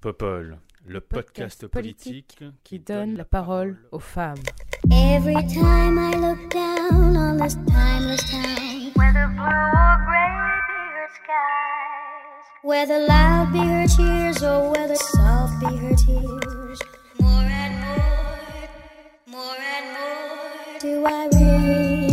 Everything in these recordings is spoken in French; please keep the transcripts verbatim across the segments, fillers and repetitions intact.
Popol, le podcast politique qui donne la parole aux femmes. Every time I look down on this timeless town, whether blue or gray be her skies, whether loud be her cheers or whether soft be her tears, more and more, more and more do I realize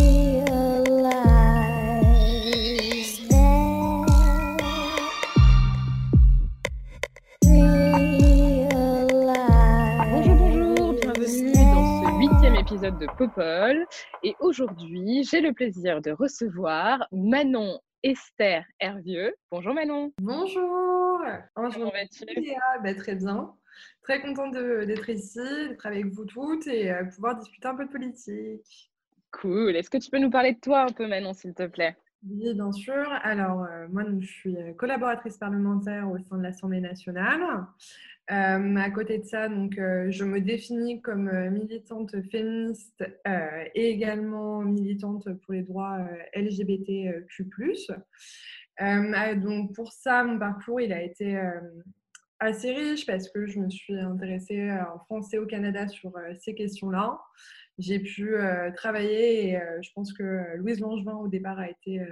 épisode de Popol, et aujourd'hui j'ai le plaisir de recevoir Manon Esther Hervieux. Bonjour Manon. Bonjour. Comment vas-tu? Bah, très bien, très contente de, d'être ici, d'être avec vous toutes et euh, pouvoir discuter un peu de politique. Cool. Est-ce que tu peux nous parler de toi un peu Manon, s'il te plaît? Oui, bien sûr. Alors, euh, moi, donc, je suis collaboratrice parlementaire au sein de l'Assemblée nationale. Euh, à côté de ça, donc, euh, je me définis comme euh, militante féministe euh, et également militante pour les droits euh, L G B T Q plus. Euh, donc, pour ça, mon parcours, il a été euh, assez riche parce que je me suis intéressée euh, en France et au Canada sur euh, ces questions-là. J'ai pu euh, travailler et euh, je pense que Louise Langevin, au départ, a été... Euh,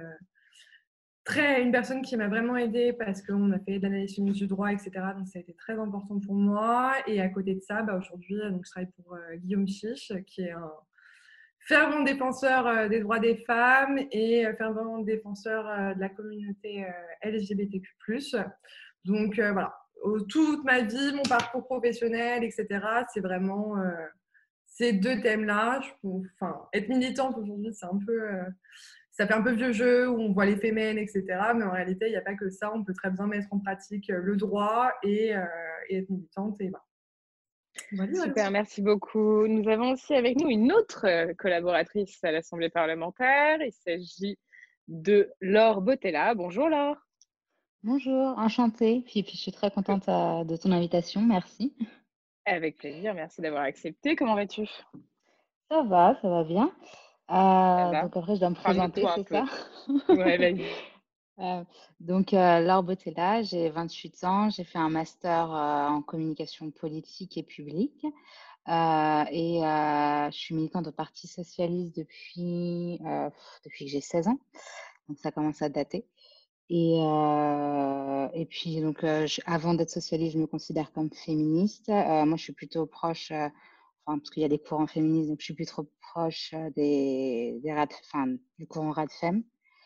Très, une personne qui m'a vraiment aidée parce qu'on a fait de l'analyse féministe du droit, et cetera. Donc, ça a été très important pour moi. Et à côté de ça, bah, aujourd'hui, donc, je travaille pour euh, Guillaume Chiche, qui est un fervent défenseur euh, des droits des femmes et euh, fervent défenseur euh, de la communauté euh, L G B T Q plus. Donc, euh, voilà. Au, toute ma vie, mon parcours professionnel, et cetera, c'est vraiment euh, ces deux thèmes-là. Je, enfin, être militante aujourd'hui, c'est un peu... Euh, Ça fait un peu vieux jeu où on voit les femmes, et cetera. Mais en réalité, il n'y a pas que ça. On peut très bien mettre en pratique le droit et, euh, et être militante. Et voilà. Voilà. Super, merci beaucoup. Nous avons aussi avec nous une autre collaboratrice à l'Assemblée parlementaire. Il s'agit de Laure Botella. Bonjour Laure. Bonjour, enchantée. Puis, puis je suis très contente euh, de ton invitation. Merci. Avec plaisir, merci d'avoir accepté. Comment vas-tu? Ça va, ça va bien. Euh, donc après, je dois me présenter, c'est ça? Ouais, vas-y. euh, donc, euh, Laure Botella, j'ai vingt-huit ans, j'ai fait un master euh, en communication politique et publique. Euh, et euh, je suis militante au Parti socialiste depuis, euh, depuis que j'ai seize ans. Donc, ça commence à dater. Et, euh, et puis, donc, euh, je, avant d'être socialiste, je me considère comme féministe. Euh, moi, je suis plutôt proche... Euh, Enfin, parce qu'il y a des courants féministes, donc je suis plus trop proche des, des rad, enfin, du courant Radfem.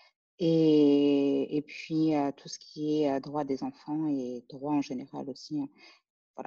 Et, et puis, euh, tout ce qui est euh, droit des enfants et droit en général aussi. Hein. Voilà.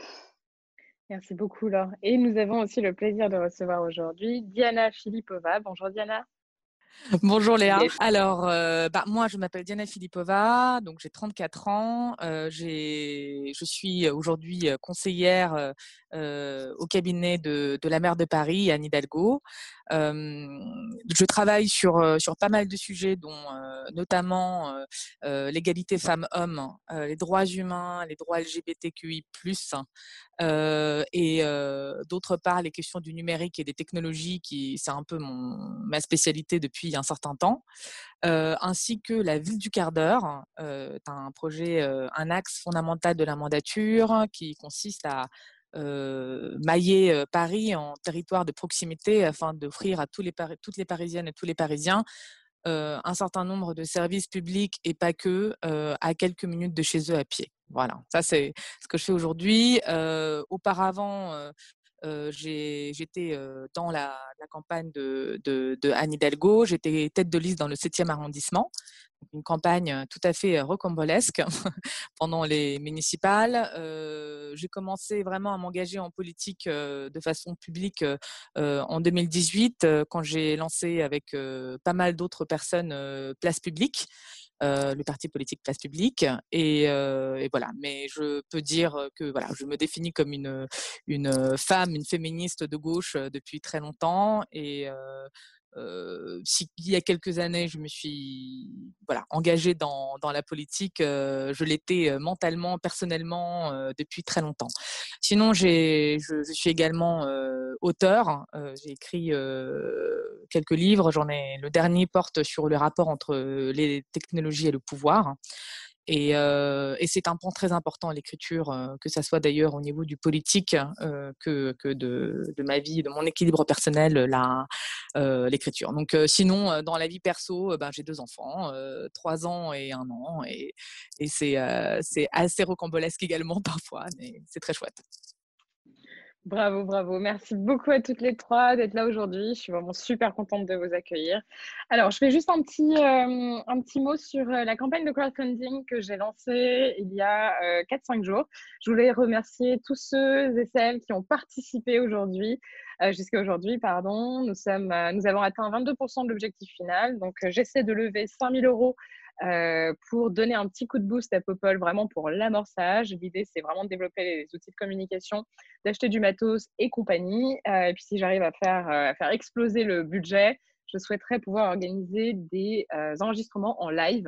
Merci beaucoup, Laure. Et nous avons aussi le plaisir de recevoir aujourd'hui Diana Filipova. Bonjour, Diana. Bonjour Léa. Yes. Alors, euh, bah, moi, je m'appelle Diana Filipova, donc j'ai trente-quatre ans. Euh, j'ai, je suis aujourd'hui conseillère euh, au cabinet de, de la maire de Paris, Anne Hidalgo. Euh, je travaille sur, sur pas mal de sujets, dont euh, notamment euh, euh, l'égalité femmes-hommes, euh, les droits humains, les droits L G B T Q I plus, euh, et euh, d'autre part les questions du numérique et des technologies, qui c'est un peu mon, ma spécialité depuis un certain temps, euh, ainsi que la ville du quart d'heure, euh, un projet, euh, un axe fondamental de la mandature qui consiste à Euh, mailler euh, Paris en territoire de proximité afin d'offrir à tous les Par- toutes les Parisiennes et tous les Parisiens euh, un certain nombre de services publics et pas que euh, à quelques minutes de chez eux à pied. Voilà, ça c'est ce que je fais aujourd'hui. Euh, auparavant, euh, euh, j'ai, j'étais euh, dans la, la campagne de, de, de Anne Hidalgo, j'étais tête de liste dans le septième arrondissement. Une campagne tout à fait rocambolesque pendant les municipales. Euh, j'ai commencé vraiment à m'engager en politique euh, de façon publique euh, en deux mille dix-huit, euh, quand j'ai lancé avec euh, pas mal d'autres personnes euh, Place Publique, euh, le parti politique Place Publique. Et, euh, et voilà. Mais je peux dire que voilà, je me définis comme une, une femme, une féministe de gauche depuis très longtemps. Et euh, Euh, si il y a quelques années, je me suis voilà, engagée dans, dans la politique, euh, je l'étais euh, mentalement, personnellement, euh, depuis très longtemps. Sinon, j'ai, je, je suis également euh, auteure. Euh, j'ai écrit euh, quelques livres. J'en ai, le dernier porte sur le rapport entre les technologies et le pouvoir. Et, euh, et c'est un point très important, l'écriture, euh, que ça soit d'ailleurs au niveau du politique euh, que, que de, de ma vie, de mon équilibre personnel, la, euh, l'écriture. Donc euh, sinon, euh, dans la vie perso, euh, ben, j'ai deux enfants, euh, trois ans et un an, et, et c'est, euh, c'est assez rocambolesque également parfois, mais c'est très chouette. Bravo, bravo. Merci beaucoup à toutes les trois d'être là aujourd'hui. Je suis vraiment super contente de vous accueillir. Alors, je fais juste un petit, euh, un petit mot sur euh, la campagne de crowdfunding que j'ai lancée il y a euh, quatre cinq jours. Je voulais remercier tous ceux et celles qui ont participé aujourd'hui, euh, jusqu'à aujourd'hui, pardon. Nous, sommes, euh, nous avons atteint vingt-deux pour cent de l'objectif final. Donc, euh, j'essaie de lever cinq mille euros Euh, pour donner un petit coup de boost à Popol, vraiment pour l'amorçage. L'idée, c'est vraiment de développer les outils de communication, d'acheter du matos et compagnie. Euh, et puis, si j'arrive à faire, euh, à faire exploser le budget, je souhaiterais pouvoir organiser des euh, enregistrements en live,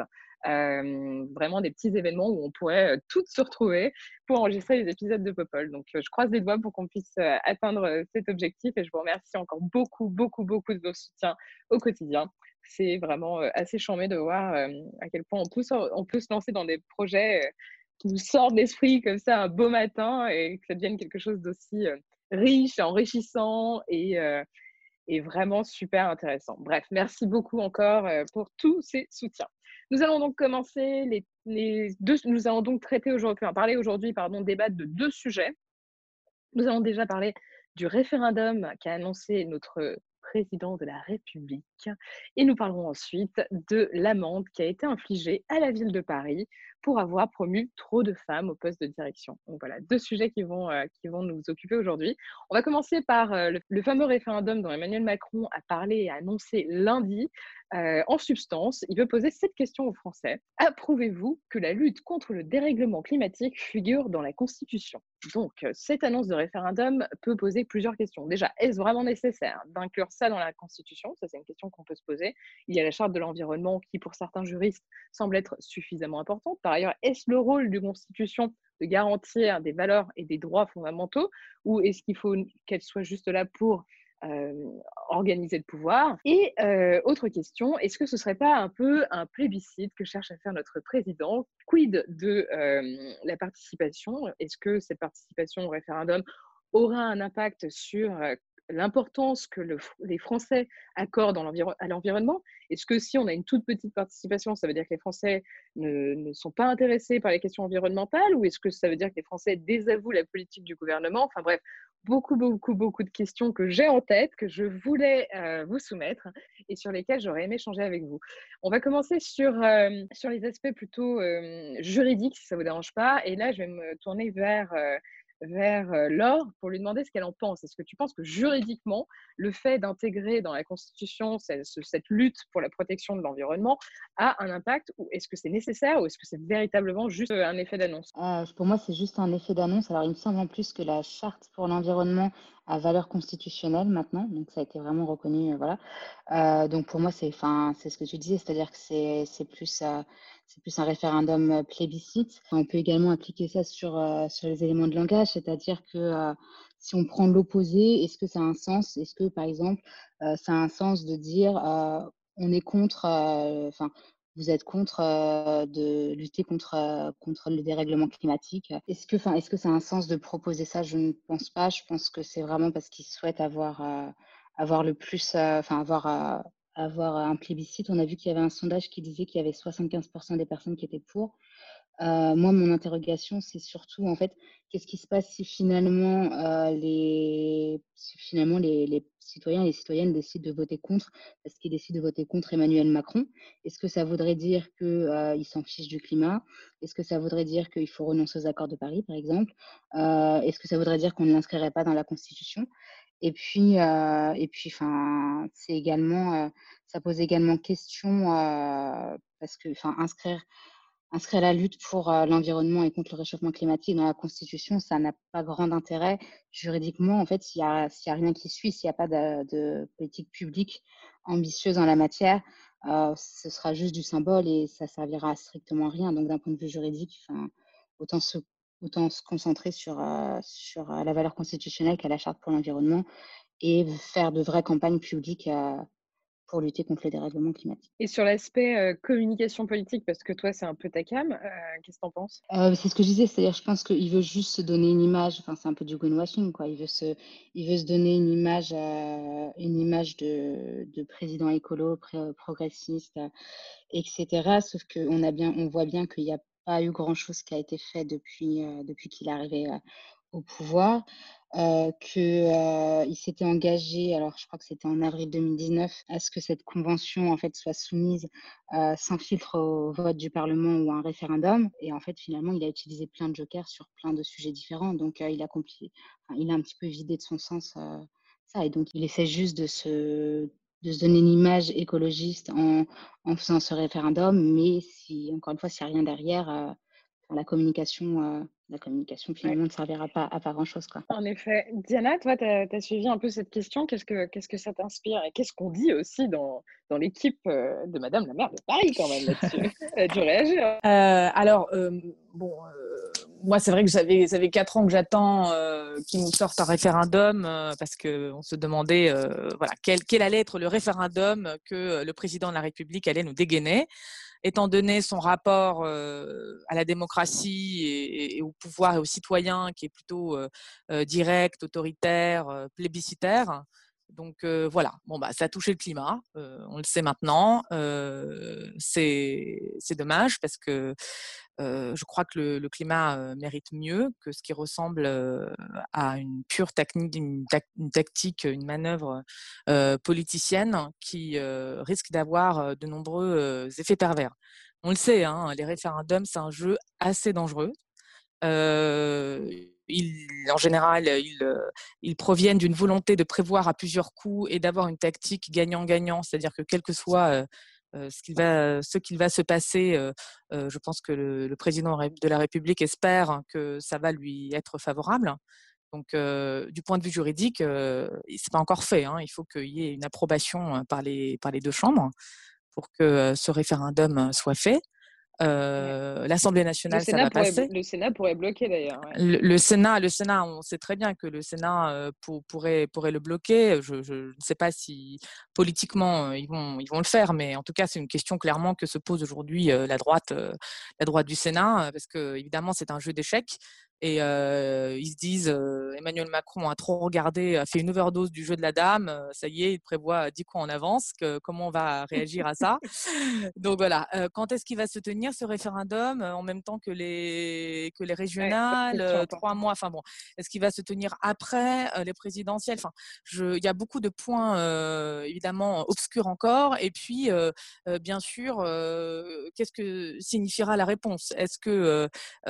euh, vraiment des petits événements où on pourrait euh, toutes se retrouver pour enregistrer les épisodes de Popol. Donc, euh, je croise les doigts pour qu'on puisse euh, atteindre euh, cet objectif et je vous remercie encore beaucoup, beaucoup, beaucoup de vos soutiens au quotidien. C'est vraiment euh, assez charmé de voir euh, à quel point on peut, on peut se lancer dans des projets euh, qui nous sortent d'esprit comme ça un beau matin et que ça devienne quelque chose d'aussi euh, riche, enrichissant et, euh, et vraiment super intéressant. Bref, merci beaucoup encore euh, pour tous ces soutiens. Nous allons donc commencer les, les deux, nous allons donc traiter aujourd'hui, enfin, parler aujourd'hui, pardon, débattre de deux sujets. Nous allons déjà parler du référendum qu'a annoncé notre président de la République et nous parlerons ensuite de l'amende qui a été infligée à la ville de Paris pour avoir promu trop de femmes au poste de direction. Donc voilà, deux sujets qui vont, euh, qui vont nous occuper aujourd'hui. On va commencer par euh, le, le fameux référendum dont Emmanuel Macron a parlé et a annoncé lundi. Euh, en substance, il veut poser cette question aux Français. Approuvez-vous que la lutte contre le dérèglement climatique figure dans la Constitution ? Donc, cette annonce de référendum peut poser plusieurs questions. Déjà, est-ce vraiment nécessaire d'inclure ça dans la Constitution ? Ça, c'est une question qu'on peut se poser. Il y a la charte de l'environnement qui, pour certains juristes, semble être suffisamment importante. Par ailleurs, est-ce le rôle d'une Constitution de garantir des valeurs et des droits fondamentaux ou est-ce qu'il faut qu'elle soit juste là pour Euh, organiser le pouvoir? Et euh, autre question, est-ce que ce ne serait pas un peu un plébiscite que cherche à faire notre président? Quid de euh, la participation? Est-ce que cette participation au référendum aura un impact sur euh, l'importance que le, les Français accordent dans l'environ, à l'environnement? Est-ce que si on a une toute petite participation, ça veut dire que les Français ne, ne sont pas intéressés par les questions environnementales? Ou est-ce que ça veut dire que les Français désavouent la politique du gouvernement? Enfin bref, beaucoup, beaucoup, beaucoup de questions que j'ai en tête, que je voulais euh, vous soumettre et sur lesquelles j'aurais aimé échanger avec vous. On va commencer sur, euh, sur les aspects plutôt euh, juridiques, si ça ne vous dérange pas. Et là, je vais me tourner vers... Euh, vers euh, Laure pour lui demander ce qu'elle en pense. Est-ce que tu penses que juridiquement, le fait d'intégrer dans la Constitution cette, cette lutte pour la protection de l'environnement a un impact ou est-ce que c'est nécessaire ou est-ce que c'est véritablement juste un effet d'annonce? Euh, pour moi, c'est juste un effet d'annonce. Alors, il me semble en plus que la charte pour l'environnement a valeur constitutionnelle maintenant, donc ça a été vraiment reconnu. Euh, voilà. Euh, donc pour moi, c'est, enfin, c'est ce que tu disais, c'est-à-dire que c'est, c'est plus, euh, c'est plus un référendum plébiscite. On peut également appliquer ça sur euh, sur les éléments de langage, c'est-à-dire que euh, si on prend l'opposé, est-ce que ça a un sens? Est-ce que, par exemple, euh, ça a un sens de dire euh, on est contre, enfin, vous êtes contre euh, de lutter contre, euh, contre le dérèglement climatique. Est-ce que, enfin, est-ce que ça a un sens de proposer ça? Je ne pense pas. Je pense que c'est vraiment parce qu'ils souhaitent avoir, euh, avoir le plus, enfin, euh, avoir, euh, avoir un plébiscite. On a vu qu'il y avait un sondage qui disait qu'il y avait soixante-quinze pour cent des personnes qui étaient pour. Euh, moi, mon interrogation, c'est surtout, en fait, qu'est-ce qui se passe si finalement, euh, les, si finalement les, les citoyens et les citoyennes décident de voter contre, parce qu'ils décident de voter contre Emmanuel Macron? Est-ce que ça voudrait dire qu'ils euh, s'en fichent du climat? Est-ce que ça voudrait dire qu'il faut renoncer aux accords de Paris, par exemple? euh, Est-ce que ça voudrait dire qu'on ne l'inscrirait pas dans la Constitution? Et puis, euh, et puis, enfin, c'est également, euh, ça pose également question euh, parce que, enfin, inscrire Inscrire la lutte pour euh, l'environnement et contre le réchauffement climatique dans la Constitution, ça n'a pas grand intérêt. Juridiquement, en fait, s'il n'y a, s'il y a rien qui suit, s'il n'y a pas de, de politique publique ambitieuse en la matière, euh, ce sera juste du symbole et ça servira à strictement rien. Donc, d'un point de vue juridique, enfin, autant se, autant se concentrer sur, euh, sur euh, la valeur constitutionnelle qu'est la Charte pour l'environnement et faire de vraies campagnes publiques euh, pour lutter contre le dérèglement climatique. Et sur l'aspect euh, communication politique, parce que toi, c'est un peu ta cam, euh, qu'est-ce que tu en penses? Euh, c'est ce que je disais, c'est-à-dire je pense qu'il veut juste se donner une image, enfin c'est un peu du greenwashing, quoi. Il veut se, il veut se donner une image, euh, une image de, de président écolo, pré- progressiste, euh, et cetera. Sauf qu'on a bien, on voit bien qu'il n'y a pas eu grand-chose qui a été fait depuis, euh, depuis qu'il est arrivé euh, au pouvoir. Euh, qu'il euh, s'était engagé, alors je crois que c'était en avril deux mille dix-neuf, à ce que cette convention en fait soit soumise euh, sans filtre au vote du Parlement ou à un référendum. Et en fait, finalement, il a utilisé plein de jokers sur plein de sujets différents. Donc, euh, il a accompli, enfin, il a un petit peu vidé de son sens euh, ça. Et donc, il essaie juste de se, de se donner une image écologiste en, en faisant ce référendum. Mais si, encore une fois, s'il n'y a rien derrière, euh, la communication, euh, la communication finalement Ouais. ne servira pas à pas grand-chose, quoi. En effet. Diana, toi, tu as suivi un peu cette question. Qu'est-ce que, qu'est-ce que ça t'inspire? Et qu'est-ce qu'on dit aussi dans, dans l'équipe euh, de Madame la maire de Paris, quand même, là-dessus? Tu réagis, hein? Euh, alors, euh, bon, euh, moi, c'est vrai que j'avais, ça fait quatre ans que j'attends euh, qu'ils nous sortent un référendum euh, parce qu'on se demandait euh, voilà, quel, quel allait être le référendum que le président de la République allait nous dégainer. Étant donné son rapport euh, à la démocratie et, et au pouvoir et aux citoyens qui est plutôt euh, euh, direct, autoritaire, euh, plébiscitaire. Donc euh, voilà, bon bah ça a touché le climat, euh, on le sait maintenant. Euh, c'est c'est dommage parce que euh, je crois que le, le climat euh, mérite mieux que ce qui ressemble euh, à une pure technique, une, ta- une tactique, une manœuvre euh, politicienne qui euh, risque d'avoir euh, de nombreux euh, effets pervers. On le sait, hein, les référendums, c'est un jeu assez dangereux. Euh, ils, en général, ils, ils proviennent d'une volonté de prévoir à plusieurs coups et d'avoir une tactique gagnant-gagnant, c'est-à-dire que quel que soit euh, euh, ce qu'il va, ce qu'il va se passer, euh, euh, je pense que le, le président de la République espère que ça va lui être favorable. Donc, euh, du point de vue juridique, euh, c'est pas encore fait, hein. Il faut qu'il y ait une approbation par les, par les deux chambres pour que ce référendum soit fait. Euh, L'Assemblée Le nationale, ça Sénat va pourrait, passer. le Sénat pourrait bloquer, d'ailleurs. Ouais. Le, le Sénat, le Sénat, on sait très bien que le Sénat euh, pour, pourrait, pourrait le bloquer. Je, je ne sais pas si politiquement euh, ils vont, ils vont le faire, mais en tout cas, c'est une question clairement que se pose aujourd'hui euh, la droite, euh, la droite du Sénat, euh, parce que évidemment, c'est un jeu d'échecs. Et euh, ils se disent, euh, Emmanuel Macron a trop regardé, a fait une overdose du jeu de la dame. Euh, ça y est, il prévoit dix coups en avance. Que, comment on va réagir à ça? Donc voilà. Euh, quand est-ce qu'il va se tenir ce référendum euh, en même temps que les que les régionales, ouais, euh, trois mois. Enfin bon, est-ce qu'il va se tenir après euh, les présidentielles? Enfin, je, il y a beaucoup de points euh, évidemment obscurs encore. Et puis, euh, euh, bien sûr, euh, qu'est-ce que signifiera la réponse? Est-ce que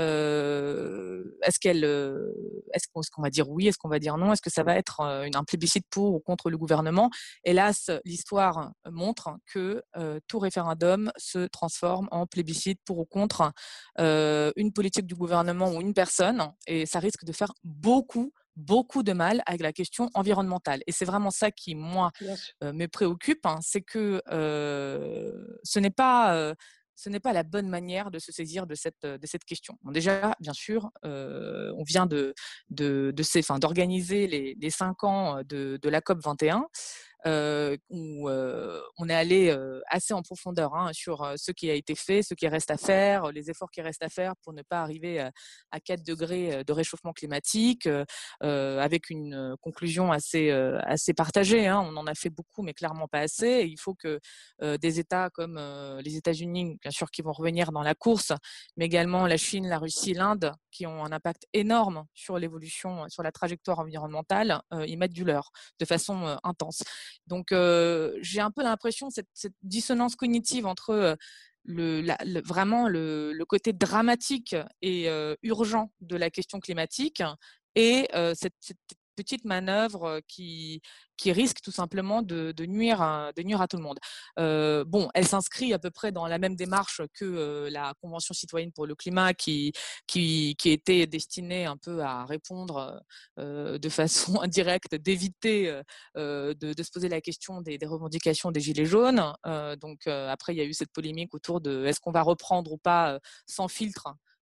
euh, est-ce qu'elle, est-ce qu'on va dire oui, est-ce qu'on va dire non, est-ce que ça va être une, un plébiscite pour ou contre le gouvernement? Hélas, l'histoire montre que euh, tout référendum se transforme en plébiscite pour ou contre euh, une politique du gouvernement ou une personne, et ça risque de faire beaucoup beaucoup de mal avec la question environnementale. Et c'est vraiment ça qui, moi, euh, me préoccupe, hein, c'est que euh, ce n'est pas... Euh, ce n'est pas la bonne manière de se saisir de cette, de cette question. Bon, déjà, bien sûr, euh, on vient de, de, de ces, enfin, d'organiser les, les cinq ans de, de la COP vingt et un, euh, où euh, on est allé euh, assez en profondeur hein, sur euh, ce qui a été fait, ce qui reste à faire, les efforts qui restent à faire pour ne pas arriver à, à quatre degrés de réchauffement climatique, euh, avec une conclusion assez, euh, assez partagée. Hein. On en a fait beaucoup, mais clairement pas assez. Et il faut que euh, des États comme euh, les États-Unis, bien sûr, qui vont revenir dans la course, mais également la Chine, la Russie, l'Inde, qui ont un impact énorme sur l'évolution, sur la trajectoire environnementale, euh, y mettent du leur de façon euh, intense. Donc, euh, j'ai un peu l'impression cette, cette dissonance cognitive entre euh, le, la, le, vraiment le, le côté dramatique et euh, urgent de la question climatique et euh, cette, cette petite manœuvre qui, qui risque tout simplement de, de, nuire à, de nuire à tout le monde. Euh, bon, elle s'inscrit à peu près dans la même démarche que euh, la Convention citoyenne pour le climat qui, qui, qui était destinée un peu à répondre euh, de façon indirecte, d'éviter euh, de, de se poser la question des, des revendications des Gilets jaunes. Euh, donc euh, après, il y a eu cette polémique autour de est-ce qu'on va reprendre ou pas euh, sans filtre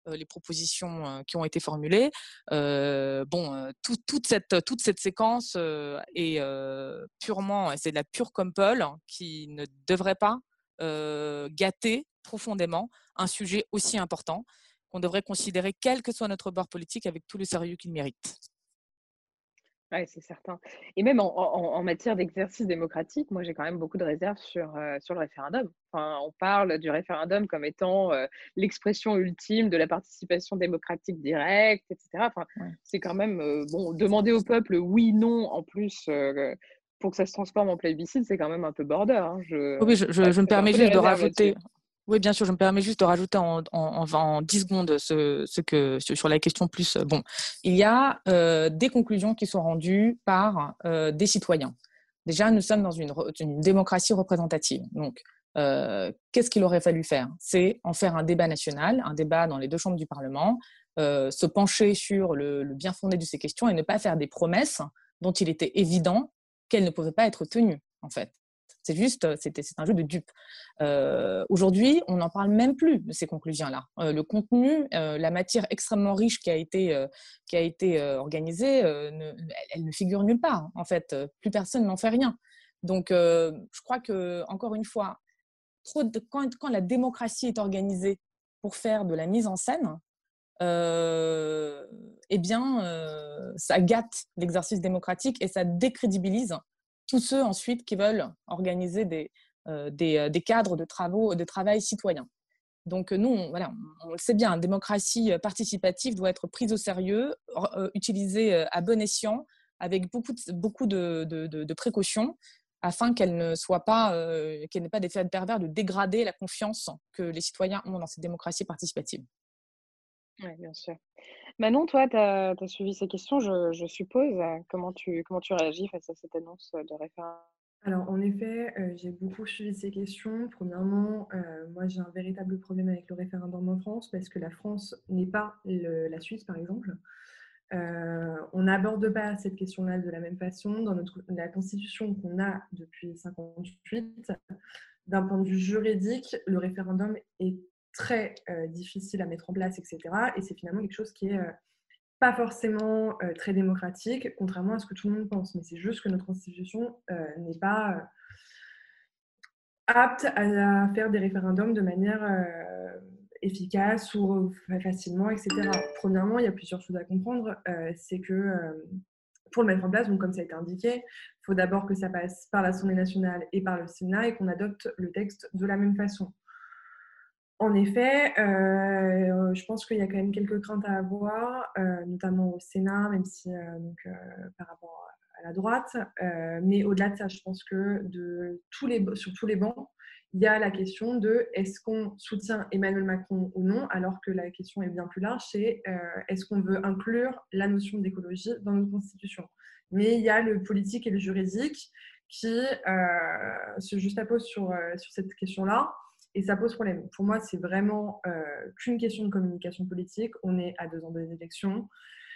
euh, les propositions euh, qui ont été formulées. Euh, bon, euh, tout, toute, cette, toute cette séquence euh, est euh, purement, c'est de la pure compole qui ne devrait pas euh, gâter profondément un sujet aussi important qu'on devrait considérer, quel que soit notre bord politique, avec tout le sérieux qu'il mérite. Ouais, c'est certain. Et même en, en- en matière d'exercice démocratique, moi j'ai quand même beaucoup de réserves sur, euh, sur le référendum. Enfin, on parle du référendum comme étant euh, l'expression ultime de la participation démocratique directe, et cetera. Enfin, Ouais. c'est quand même, euh, bon, demander au peuple oui, non, en plus, euh, pour que ça se transforme en plébiscite, c'est quand même un peu border, hein. Je, Oui, je, je, ouais, je me j'ai un permets peu des juste de réserves là-dessus. rajouter. Oui, bien sûr, je me permets juste de rajouter en, en, en, en dix secondes ce, ce que, sur la question plus. Bon, il y a euh, des conclusions qui sont rendues par euh, des citoyens. Déjà, nous sommes dans une, une démocratie représentative. Donc, euh, qu'est-ce qu'il aurait fallu faire? C'est en faire un débat national, un débat dans les deux chambres du Parlement, euh, se pencher sur le, le bien fondé de ces questions et ne pas faire des promesses dont il était évident qu'elles ne pouvaient pas être tenues, en fait. C'est juste, c'est un jeu de dupes. Euh, Aujourd'hui, on n'en parle même plus de ces conclusions-là. Euh, le contenu, euh, la matière extrêmement riche qui a été, euh, qui a été euh, organisée, euh, ne, elle, elle ne figure nulle part. En fait, plus personne n'en fait rien. Donc, euh, je crois que, encore une fois, trop de, quand, quand la démocratie est organisée pour faire de la mise en scène, euh, eh bien, euh, ça gâte l'exercice démocratique et ça décrédibilise tous ceux ensuite qui veulent organiser des, euh, des, des cadres de travaux, de travail citoyen. Donc nous, on, voilà, on le sait bien, la démocratie participative doit être prise au sérieux, euh, utilisée à bon escient, avec beaucoup de, beaucoup de, de, de, de précautions, afin qu'elle ne soit pas, euh, qu'elle n'ait pas d'effet pervers de dégrader la confiance que les citoyens ont dans cette démocratie participative. Oui, bien sûr. Manon, toi, tu as suivi ces questions, je, je suppose. Comment tu, comment tu réagis face à cette annonce de référendum? Alors, en effet, euh, j'ai beaucoup suivi ces questions. Premièrement, euh, moi, j'ai un véritable problème avec le référendum en France parce que la France n'est pas le, la Suisse, par exemple. Euh, on n'aborde pas cette question-là de la même façon. Dans notre, la constitution qu'on a depuis mille neuf cent cinquante-huit, d'un point de vue juridique, le référendum est très euh, difficile à mettre en place, et cetera. Et c'est finalement quelque chose qui est euh, pas forcément euh, très démocratique, contrairement à ce que tout le monde pense. Mais c'est juste que notre constitution euh, n'est pas euh, apte à faire des référendums de manière euh, efficace ou facilement, et cetera. Premièrement, il y a plusieurs choses à comprendre. Euh, c'est que euh, pour le mettre en place, donc comme ça a été indiqué, il faut d'abord que ça passe par l'Assemblée nationale et par le Sénat et qu'on adopte le texte de la même façon. En effet, euh, je pense qu'il y a quand même quelques craintes à avoir, euh, notamment au Sénat, même si euh, donc, euh, par rapport à la droite. Euh, mais au-delà de ça, je pense que de tous les, sur tous les bancs, il y a la question de est-ce qu'on soutient Emmanuel Macron ou non, alors que la question est bien plus large, c'est euh, est-ce qu'on veut inclure la notion d'écologie dans notre constitution. Mais il y a le politique et le juridique qui euh, se juxtaposent sur, euh, sur cette question-là. Et ça pose problème. Pour moi, c'est vraiment euh, qu'une question de communication politique. On est à deux ans des élections.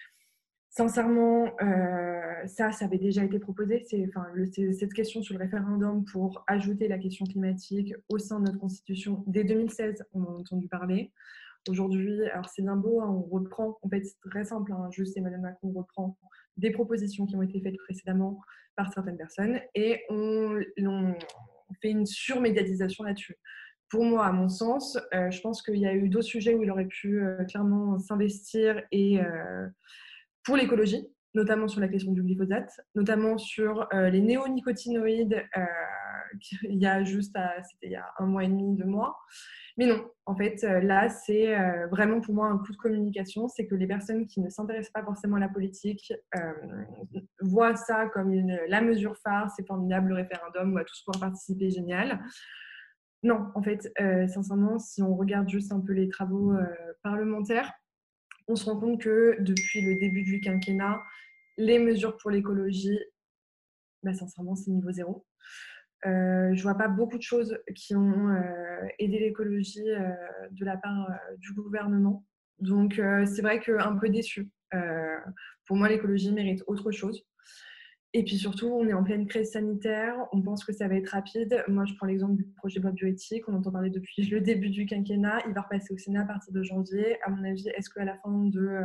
Sincèrement, euh, ça, ça avait déjà été proposé. C'est, enfin, le, c'est, cette question sur le référendum pour ajouter la question climatique au sein de notre Constitution. Dès deux mille seize, on en a entendu parler. Aujourd'hui, alors c'est bien beau, hein, on reprend, en fait, c'est très simple, hein, juste Emmanuel Macron reprend des propositions qui ont été faites précédemment par certaines personnes et on, on fait une surmédiatisation là-dessus. Pour moi, à mon sens, euh, je pense qu'il y a eu d'autres sujets où il aurait pu euh, clairement s'investir et euh, pour l'écologie, notamment sur la question du glyphosate, notamment sur euh, les néonicotinoïdes, euh, il y a juste, à, c'était il y a un mois et demi, deux mois. Mais non, en fait, euh, là, c'est euh, vraiment pour moi un coup de communication, c'est que les personnes qui ne s'intéressent pas forcément à la politique euh, voient ça comme une, la mesure phare, c'est formidable, le référendum, on va tous pouvoir participer, génial. Non, en fait, euh, sincèrement, si on regarde juste un peu les travaux euh, parlementaires, on se rend compte que depuis le début du quinquennat, les mesures pour l'écologie, bah, sincèrement, c'est niveau zéro. Euh, je ne vois pas beaucoup de choses qui ont euh, aidé l'écologie euh, de la part euh, du gouvernement. Donc, euh, c'est vrai qu'un peu déçu. Euh, pour moi, l'écologie mérite autre chose. Et puis surtout, on est en pleine crise sanitaire, on pense que ça va être rapide. Moi, je prends l'exemple du projet de loi bioéthique, on entend parler depuis le début du quinquennat, il va repasser au Sénat à partir de janvier. À mon avis, est-ce qu'à la fin de, euh,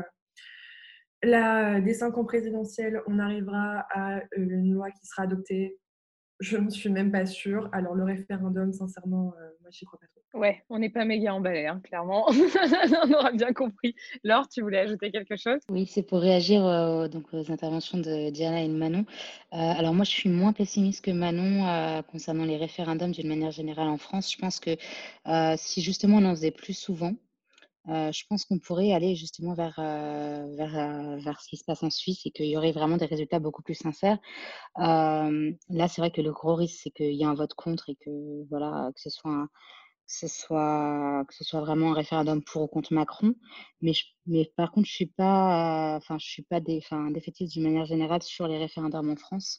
la, des cinq ans présidentiels, on arrivera à euh, une loi qui sera adoptée? Je ne suis même pas sûre. Alors, le référendum, sincèrement, euh, moi, j'y crois pas trop. Ouais, on n'est pas méga emballé, hein, clairement. On aura bien compris. Laure, tu voulais ajouter quelque chose? Oui, c'est pour réagir euh, donc aux interventions de Diana et de Manon. Euh, alors moi, je suis moins pessimiste que Manon euh, concernant les référendums d'une manière générale en France. Je pense que euh, si justement on en faisait plus souvent, euh, je pense qu'on pourrait aller justement vers, euh, vers, euh, vers ce qui se passe en Suisse et qu'il y aurait vraiment des résultats beaucoup plus sincères. Euh, là, c'est vrai que le gros risque, c'est qu'il y a un vote contre et que voilà, que ce soit un, que ce soit, que ce soit vraiment un référendum pour ou contre Macron. Mais, je, mais par contre, je suis pas, enfin, je suis pas des, enfin, défaitiste d'une manière générale sur les référendums en France.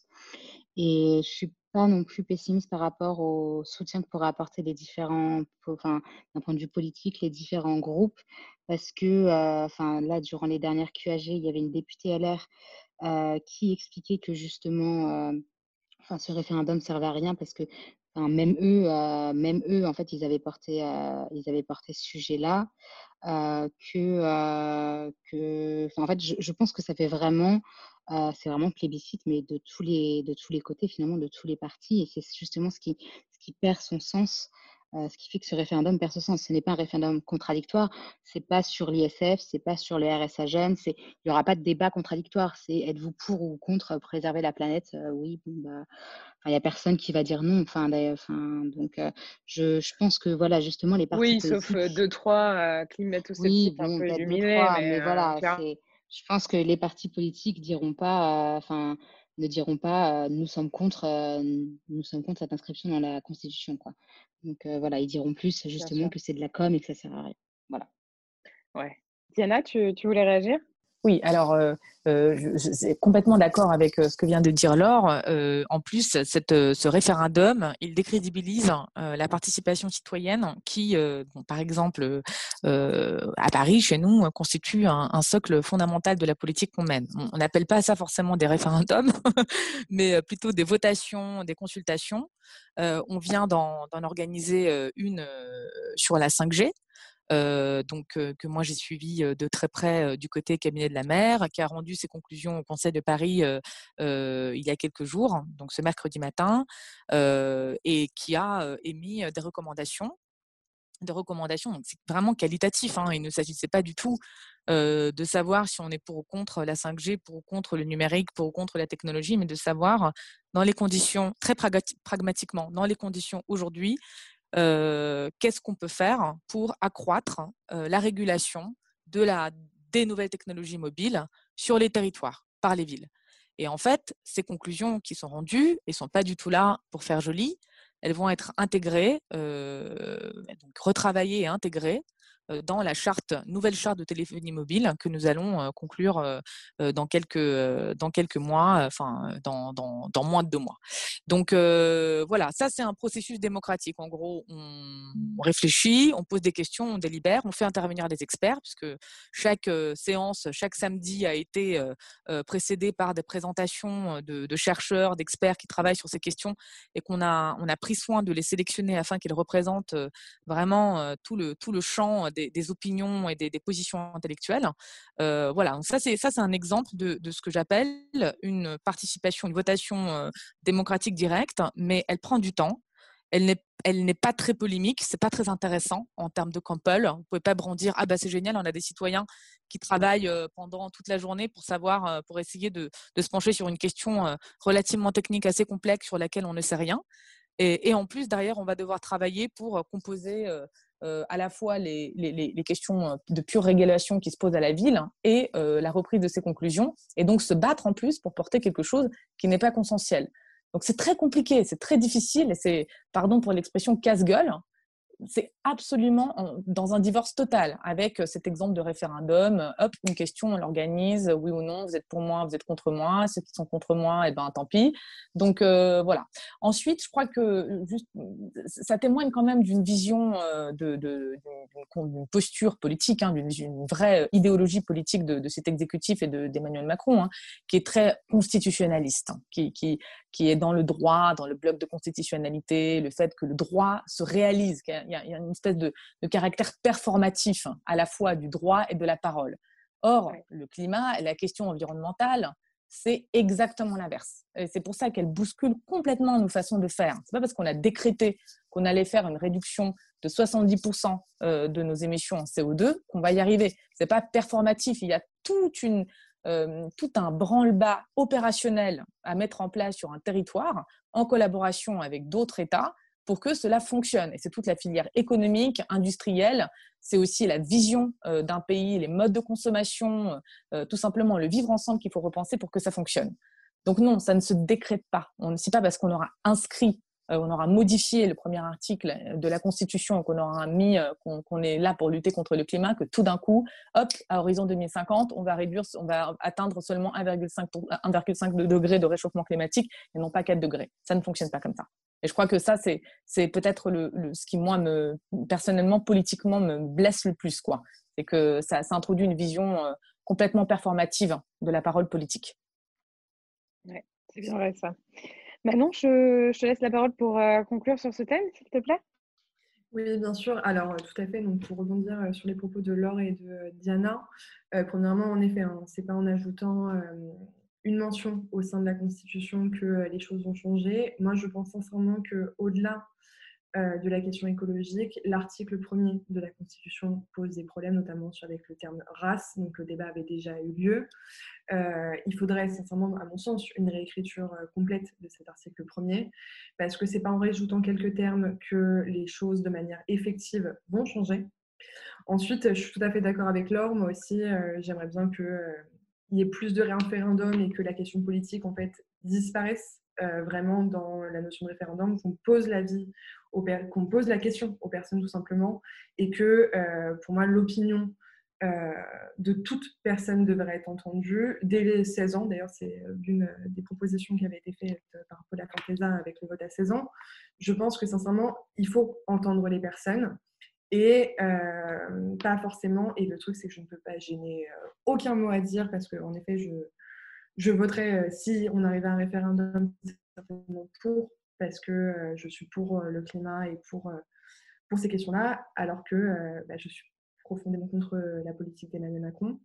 Et je suis pas non plus pessimiste par rapport au soutien que pourraient apporter les différents, enfin, d'un point de vue politique, les différents groupes. Parce que, euh, enfin, là, durant les dernières Q A G, il y avait une députée L R euh, qui expliquait que justement, euh, enfin, ce référendum servait à rien parce que enfin, même eux, euh, même eux, en fait, ils avaient porté, euh, ils avaient porté ce sujet-là. Euh, que, euh, que, enfin, en fait, je, je pense que ça fait vraiment, euh, c'est vraiment plébiscite, mais de tous les, de tous les côtés, finalement, de tous les partis, et c'est justement ce qui, ce qui perd son sens. Euh, ce qui fait que ce référendum perd son sens. Ce n'est pas un référendum contradictoire, c'est pas sur l'I S F, c'est pas sur le R S A jeunes, c'est, il n'y aura pas de débat contradictoire. C'est êtes-vous pour ou contre préserver la planète? Euh, oui, bon, bah, il n'y a personne qui va dire non. Enfin, enfin, donc, euh, je, je pense que voilà, justement, les partis Oui, sauf politiques. euh, deux, trois euh, Oui, climato-sceptiques un bon, peu peut-être deux, illuminés, trois, mais mais euh, voilà, clairement. c'est. Je pense que les partis politiques diront pas, enfin, ne diront pas, euh, nous sommes contre, euh, nous sommes contre cette inscription dans la Constitution, quoi. Donc euh, voilà, ils diront plus Bien justement sûr. que c'est de la com et que ça sert à rien. Voilà. Ouais. Diana, tu, tu voulais réagir? Oui, alors euh, euh, je, je suis complètement d'accord avec euh, ce que vient de dire Laure. Euh, en plus, cette, euh, ce référendum, il décrédibilise euh, la participation citoyenne qui, euh, bon, par exemple, euh, à Paris, chez nous, constitue un, un socle fondamental de la politique qu'on mène. On n'appelle pas ça forcément des référendums, mais plutôt des votations, des consultations. Euh, on vient d'en, d'en organiser euh, une euh, sur la cinq G. Euh, donc euh, que moi j'ai suivi euh, de très près euh, du côté cabinet de la maire, qui a rendu ses conclusions au Conseil de Paris euh, euh, il y a quelques jours, donc ce mercredi matin, euh, et qui a euh, émis des recommandations. Des recommandations, donc c'est vraiment qualitatif. Hein, il ne s'agissait pas du tout euh, de savoir si on est pour ou contre la cinq G, pour ou contre le numérique, pour ou contre la technologie, mais de savoir dans les conditions, très pragmatiquement, dans les conditions aujourd'hui, Euh, qu'est-ce qu'on peut faire pour accroître euh, la régulation de la, des nouvelles technologies mobiles sur les territoires, par les villes. Et en fait, ces conclusions qui sont rendues ne sont pas du tout là pour faire joli. Elles vont être intégrées, euh, donc retravaillées et intégrées euh, dans la charte, nouvelle charte de téléphonie mobile que nous allons euh, conclure euh, dans, quelques, euh, dans quelques mois, enfin dans, dans, dans moins de deux mois. Donc euh, voilà, ça c'est un processus démocratique. En gros, on, on réfléchit, on pose des questions, on délibère, on fait intervenir des experts, puisque chaque euh, séance, chaque samedi a été euh, euh, précédée par des présentations de, de chercheurs, d'experts qui travaillent sur ces questions et qu'on a, on a pris soin de les sélectionner afin qu'ils représentent euh, vraiment euh, tout, le, tout le champ des, des opinions et des, des positions intellectuelles. Euh, voilà, donc ça c'est, ça c'est un exemple de, de ce que j'appelle une participation, une votation euh, démocratique directe, mais elle prend du temps. Elle n'est, elle n'est pas très polémique, c'est pas très intéressant en termes de campagne. Vous pouvez pas brandir ah bah c'est génial, on a des citoyens qui travaillent pendant toute la journée pour savoir, pour essayer de, de se pencher sur une question relativement technique assez complexe sur laquelle on ne sait rien. Et, et en plus derrière, on va devoir travailler pour composer euh, à la fois les, les, les questions de pure régulation qui se posent à la ville et euh, la reprise de ses conclusions, et donc se battre en plus pour porter quelque chose qui n'est pas consensuel. Donc c'est très compliqué, c'est très difficile, et c'est, pardon pour l'expression, casse-gueule. c'est absolument en, dans un divorce total avec cet exemple de référendum. Hop, une question, on l'organise, oui ou non, vous êtes pour moi, vous êtes contre moi, ceux qui sont contre moi, eh ben, tant pis. Donc, euh, voilà. Ensuite, je crois que juste, ça témoigne quand même d'une vision, euh, de, de, d'une, d'une posture politique, hein, d'une, d'une vraie idéologie politique de, de cet exécutif et de, d'Emmanuel Macron, hein, qui est très constitutionnaliste, hein, qui, qui, qui est dans le droit, dans le bloc de constitutionnalité, le fait que le droit se réalise, qu'il y a, il y a une espèce de, de caractère performatif, hein, à la fois du droit et de la parole. Or, ouais. le climat et la question environnementale, c'est exactement l'inverse. Et c'est pour ça qu'elle bouscule complètement nos façons de faire. C'est pas parce qu'on a décrété qu'on allait faire une réduction de soixante-dix pour cent de nos émissions en C O deux qu'on va y arriver. C'est pas performatif. Il y a toute une Euh, tout un branle-bas opérationnel à mettre en place sur un territoire en collaboration avec d'autres États pour que cela fonctionne. Et c'est toute la filière économique, industrielle, c'est aussi la vision euh, d'un pays, les modes de consommation, euh, tout simplement le vivre ensemble qu'il faut repenser pour que ça fonctionne. Donc non, ça ne se décrète pas. On ne sait pas parce qu'on aura inscrit, euh, on aura modifié le premier article de la Constitution, qu'on aura mis, euh, qu'on, qu'on est là pour lutter contre le climat, que tout d'un coup, hop, à horizon deux mille cinquante, on va réduire, on va atteindre seulement un virgule cinq degré de réchauffement climatique et non pas quatre degrés. Ça ne fonctionne pas comme ça. Et je crois que ça, c'est, c'est peut-être le, le, ce qui, moi, me, personnellement, politiquement, me blesse le plus, quoi. C'est que ça, ça introduit une vision euh, complètement performative de la parole politique. Ouais, c'est bien vrai, ça. Manon, je, je te laisse la parole pour euh, conclure sur ce thème, s'il te plaît. Oui, bien sûr. Alors, euh, tout à fait. Donc, pour rebondir euh, sur les propos de Laure et de euh, Diana, euh, premièrement, en effet, hein, c'est pas en ajoutant euh, une mention au sein de la Constitution que euh, les choses vont changer. Moi, je pense sincèrement qu'au-delà euh, de la question écologique, l'article premier de la Constitution pose des problèmes, notamment sur, avec le terme race. Donc, le débat avait déjà eu lieu. Euh, il faudrait sincèrement, à mon sens, une réécriture euh, complète de cet article premier, parce que c'est pas en rajoutant quelques termes que les choses de manière effective vont changer. Ensuite, je suis tout à fait d'accord avec Laure, moi aussi, euh, j'aimerais bien qu'il euh, y ait plus de référendums et que la question politique, en fait, disparaisse euh, vraiment dans la notion de référendum, qu'on pose la vie, aux per- qu'on pose la question aux personnes tout simplement, et que, euh, pour moi, l'opinion Euh, de toute personne devrait être entendue dès les seize ans. D'ailleurs, c'est l'une des propositions qui avait été faite par Paula Forteza avec le vote à seize ans. Je pense que sincèrement, il faut entendre les personnes et euh, pas forcément. Et le truc, c'est que je ne peux pas gêner euh, aucun mot à dire parce qu'en effet, je, je voterai euh, si on arrive à un référendum certainement pour, parce que euh, je suis pour euh, le climat et pour, euh, pour ces questions-là, alors que euh, bah, je suis profondément contre la politique d'Emmanuel Macron.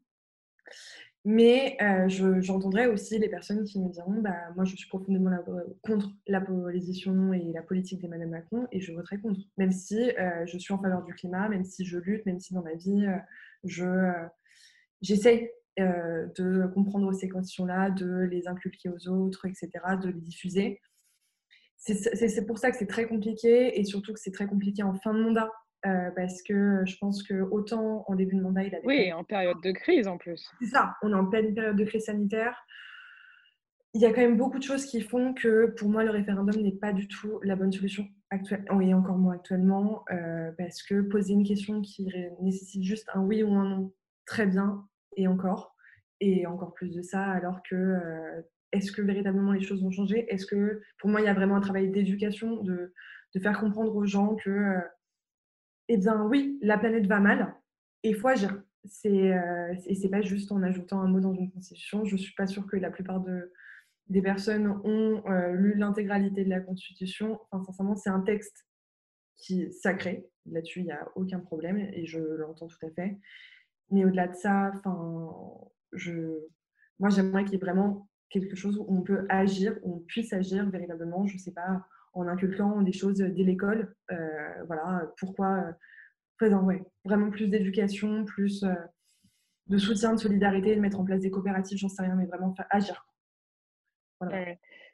Mais euh, je, j'entendrai aussi les personnes qui me diront bah, moi, je suis profondément la, contre la position et la politique d'Emmanuel Macron et je voterai contre. Même si euh, je suis en faveur du climat, même si je lutte, même si dans ma vie, euh, je, euh, j'essaye euh, de comprendre ces questions-là, de les inculquer aux autres, et cetera, de les diffuser. C'est, c'est, c'est pour ça que c'est très compliqué et surtout que c'est très compliqué en fin de mandat. Euh, parce que je pense que autant en début de mandat, il avait... Oui, en période de crise en plus. C'est ça, on est en pleine période de crise sanitaire. Il y a quand même beaucoup de choses qui font que pour moi, le référendum n'est pas du tout la bonne solution actuellement, et encore moins actuellement, euh, parce que poser une question qui nécessite juste un oui ou un non, très bien, et encore, et encore plus de ça, alors que euh, est-ce que véritablement les choses vont changer ? Est-ce que, pour moi, il y a vraiment un travail d'éducation, de, de faire comprendre aux gens que euh, eh bien oui, la planète va mal et il faut agir. C'est, euh, et c'est pas juste en ajoutant un mot dans une constitution. Je suis pas sûre que la plupart de, des personnes ont euh, lu l'intégralité de la constitution. Enfin, sincèrement, c'est un texte qui est sacré. Là-dessus, il n'y a aucun problème et je l'entends tout à fait. Mais au-delà de ça, enfin, je, moi, j'aimerais qu'il y ait vraiment quelque chose où on peut agir, où on puisse agir véritablement. Je sais pas, en inculquant des choses dès l'école. Euh, voilà, pourquoi euh, ouais, vraiment plus d'éducation, plus euh, de soutien, de solidarité, de mettre en place des coopératives, j'en sais rien, mais vraiment faire agir. Voilà. Ouais.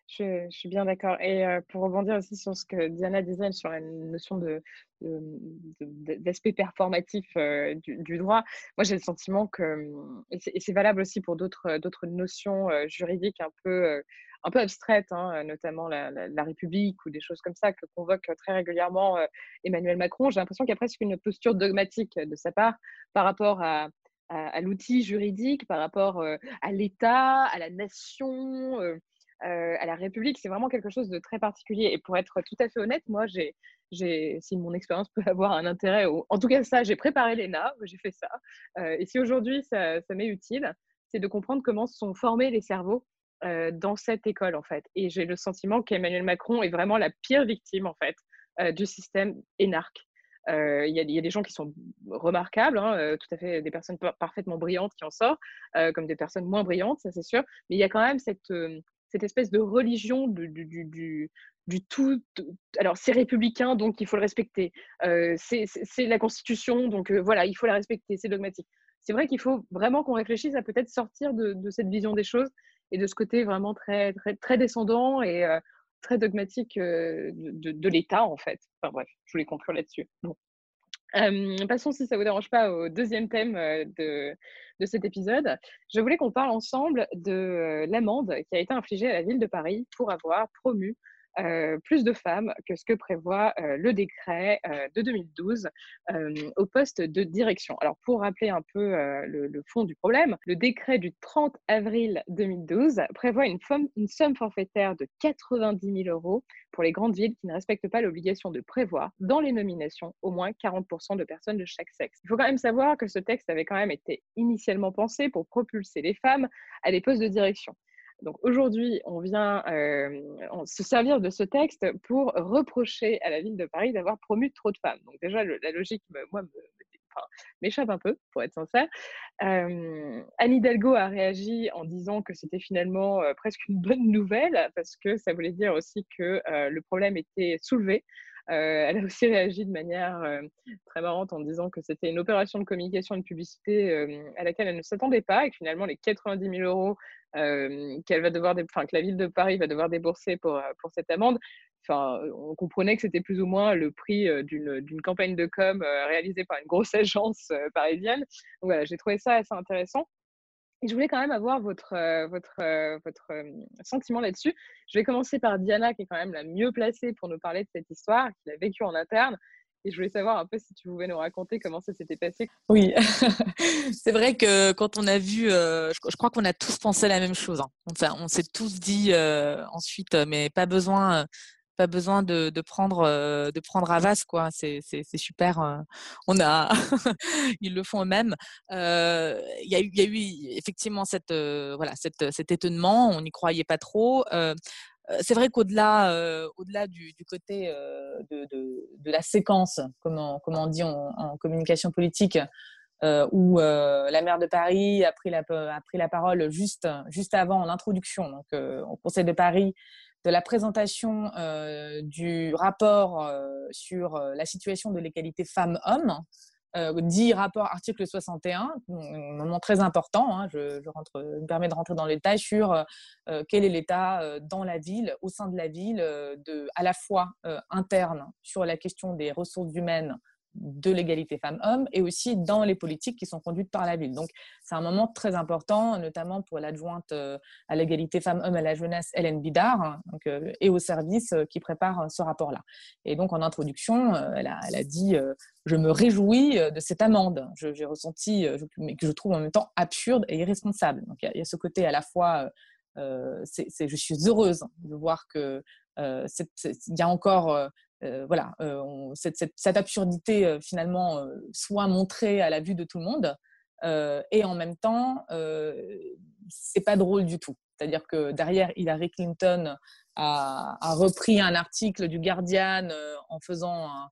Je, je suis bien d'accord. Et euh, pour rebondir aussi sur ce que Diana disait sur la notion de, de- de- d'aspect performatif euh, du, du droit, moi j'ai le sentiment que, et c'est, et c'est valable aussi pour d'autres, d'autres notions euh, juridiques un peu, euh, un peu abstraites, hein, notamment la, la- la République ou des choses comme ça que convoque très régulièrement euh, Emmanuel Macron. J'ai l'impression qu'il y a presque une posture dogmatique de sa part par rapport à, à, à l'outil juridique, par rapport euh, à l'État, à la nation. euh, euh, à la République, c'est vraiment quelque chose de très particulier. Et pour être tout à fait honnête, moi, j'ai, j'ai, si mon expérience peut avoir un intérêt, ou, en tout cas ça, j'ai préparé l'E N A, j'ai fait ça. Euh, et si aujourd'hui ça, ça m'est utile, c'est de comprendre comment sont formés les cerveaux euh, dans cette école, en fait. Et j'ai le sentiment qu'Emmanuel Macron est vraiment la pire victime, en fait, euh, du système énarque. Il euh, y, y a des gens qui sont remarquables, hein, euh, tout à fait des personnes parfaitement brillantes qui en sortent, euh, comme des personnes moins brillantes, ça c'est sûr. Mais il y a quand même cette... Euh, cette espèce de religion du, du, du, du, du tout. Alors, c'est républicain, donc il faut le respecter. Euh, c'est, c'est, c'est la Constitution, donc euh, voilà, il faut la respecter, c'est dogmatique. C'est vrai qu'il faut vraiment qu'on réfléchisse à peut-être sortir de, de cette vision des choses et de ce côté vraiment très, très, très descendant et euh, très dogmatique euh, de, de, de l'État, en fait. Enfin bref, je voulais conclure là-dessus. Bon. Euh, passons, si ça ne vous dérange pas, au deuxième thème euh, de, de cet épisode. Je voulais qu'on parle ensemble de euh, l'amende qui a été infligée à la ville de Paris pour avoir promu euh, plus de femmes que ce que prévoit euh, le décret euh, de deux mille douze euh, au poste de direction. Alors, pour rappeler un peu euh, le, le fond du problème, le décret du trente avril deux mille douze prévoit une, somme, une somme forfaitaire de quatre-vingt-dix mille euros pour les grandes villes qui ne respectent pas l'obligation de prévoir dans les nominations au moins quarante pour cent de personnes de chaque sexe. Il faut quand même savoir que ce texte avait quand même été initialement pensé pour propulser les femmes à des postes de direction. Donc aujourd'hui, on vient euh, on se servir de ce texte pour reprocher à la ville de Paris d'avoir promu trop de femmes. Donc déjà, le, la logique, moi, me, enfin, m'échappe un peu, pour être sincère. Euh, Anne Hidalgo a réagi en disant que c'était finalement euh, presque une bonne nouvelle parce que ça voulait dire aussi que euh, le problème était soulevé. Euh, elle a aussi réagi de manière euh, très marrante en disant que c'était une opération de communication et de publicité euh, à laquelle elle ne s'attendait pas et que finalement les quatre-vingt-dix mille euros euh, qu'elle va devoir, enfin que la ville de Paris va devoir débourser pour pour cette amende, enfin on comprenait que c'était plus ou moins le prix euh, d'une d'une campagne de com euh, réalisée par une grosse agence euh, parisienne. Donc voilà, j'ai trouvé ça assez intéressant. Et je voulais quand même avoir votre, euh, votre, euh, votre euh, sentiment là-dessus. Je vais commencer par Diana, qui est quand même la mieux placée pour nous parler de cette histoire, qui l'a vécue en interne. Et je voulais savoir un peu si tu pouvais nous raconter comment ça s'était passé. Oui, c'est vrai que quand on a vu, euh, je, je crois qu'on a tous pensé la même chose. Hein. On, on s'est tous dit euh, ensuite, mais pas besoin, pas besoin de, de prendre, euh, de prendre Havas, quoi. C'est, c'est, c'est super. Euh, on a, ils le font eux-mêmes. Euh, Il y a eu, il y a eu effectivement cette, euh, voilà, cette, cet étonnement. On n'y croyait pas trop. Euh, c'est vrai qu'au-delà, euh, au-delà du, du côté euh, de, de, de la séquence, comme on, comme on dit en, en communication politique, euh, où euh, la maire de Paris a pris la, a pris la parole juste, juste avant, en introduction, donc euh, au Conseil de Paris, de la présentation euh, du rapport euh, sur euh, la situation de l'égalité femmes-hommes, euh, dit rapport article soixante et un, un moment très important, hein, je, je, rentre, je me permets de rentrer dans les détails sur euh, quel est l'état euh, dans la ville, au sein de la ville, euh, de, à la fois euh, interne sur la question des ressources humaines, de l'égalité femmes-hommes et aussi dans les politiques qui sont conduites par la ville. Donc, c'est un moment très important, notamment pour l'adjointe euh, à l'égalité femmes-hommes à la jeunesse, Hélène Bidard, hein, donc, euh, et au service euh, qui prépare euh, ce rapport-là. Et donc, en introduction, euh, elle, a, elle a dit euh, « Je me réjouis de cette amende. Je, » J'ai ressenti, euh, je, mais que je trouve en même temps absurde et irresponsable. Donc, il y, y a ce côté à la fois, euh, c'est, c'est, je suis heureuse de voir qu'il euh, y a encore... Euh, Euh, voilà, euh, on, cette, cette, cette absurdité euh, finalement euh, soit montrée à la vue de tout le monde euh, et en même temps euh, c'est pas drôle du tout. C'est-à-dire que derrière Hillary Clinton a, a repris un article du Guardian euh, en faisant un,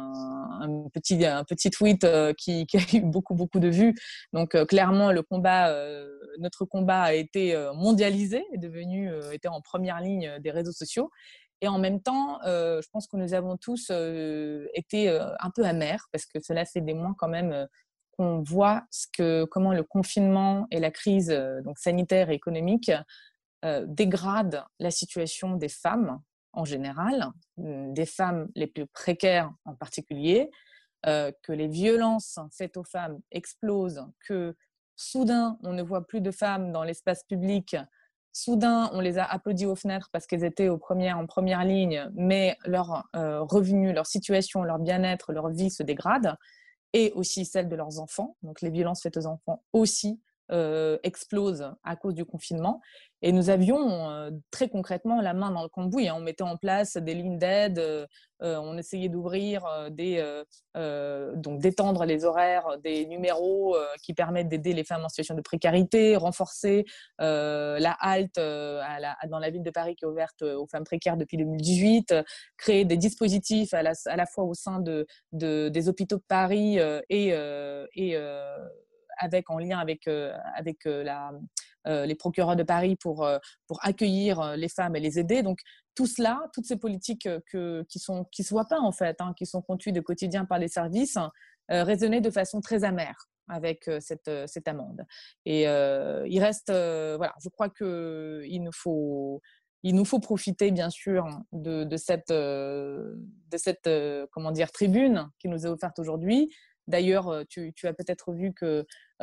un, un, petit, un petit tweet euh, qui, qui a eu beaucoup beaucoup de vues. Donc euh, clairement le combat, euh, notre combat a été mondialisé, est devenu, euh, était en première ligne des réseaux sociaux. Et en même temps, euh, je pense que nous avons tous euh, été euh, un peu amers parce que cela fait des mois quand même euh, qu'on voit ce que, comment le confinement et la crise euh, donc sanitaire et économique euh, dégrade la situation des femmes en général, des femmes les plus précaires en particulier, euh, que les violences faites aux femmes explosent, que soudain, on ne voit plus de femmes dans l'espace public, soudain, on les a applaudis aux fenêtres parce qu'elles étaient aux premières, en première ligne, mais leurs euh, revenus, leur situation, leur bien-être, leur vie se dégradent, et aussi celle de leurs enfants. Donc les violences faites aux enfants aussi euh, explosent à cause du confinement. Et nous avions euh, très concrètement la main dans le cambouis, hein. On mettait en place des lignes d'aide, euh, euh, on essayait d'ouvrir euh, des, euh, euh, donc d'étendre les horaires des numéros euh, qui permettent d'aider les femmes en situation de précarité, renforcer euh, la halte euh, à la, dans la ville de Paris qui est ouverte aux femmes précaires depuis deux mille dix-huit, euh, créer des dispositifs à la, à la fois au sein de, de, des hôpitaux de Paris euh, et, euh, et euh, avec, en lien avec, euh, avec euh, la, euh, les procureurs de Paris pour, euh, pour accueillir les femmes et les aider. Donc, tout cela, toutes ces politiques que, qui ne qui se voient pas, en fait, hein, qui sont conduites au quotidien par les services, euh, résonnaient de façon très amère avec euh, cette, euh, cette amende. Et euh, il reste, euh, voilà, je crois qu'il nous faut... Il nous faut profiter, bien sûr, de, de cette, euh, de cette euh, comment dire, tribune qui nous est offerte aujourd'hui. D'ailleurs, tu, tu as peut-être vu que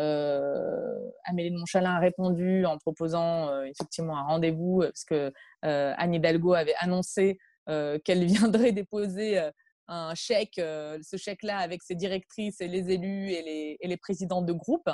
euh, Amélie de Montchalin a répondu en proposant euh, effectivement un rendez-vous, parce que euh, Anne Hidalgo avait annoncé euh, qu'elle viendrait déposer euh, un chèque, euh, ce chèque-là avec ses directrices et les élus et les, et les présidents de groupe,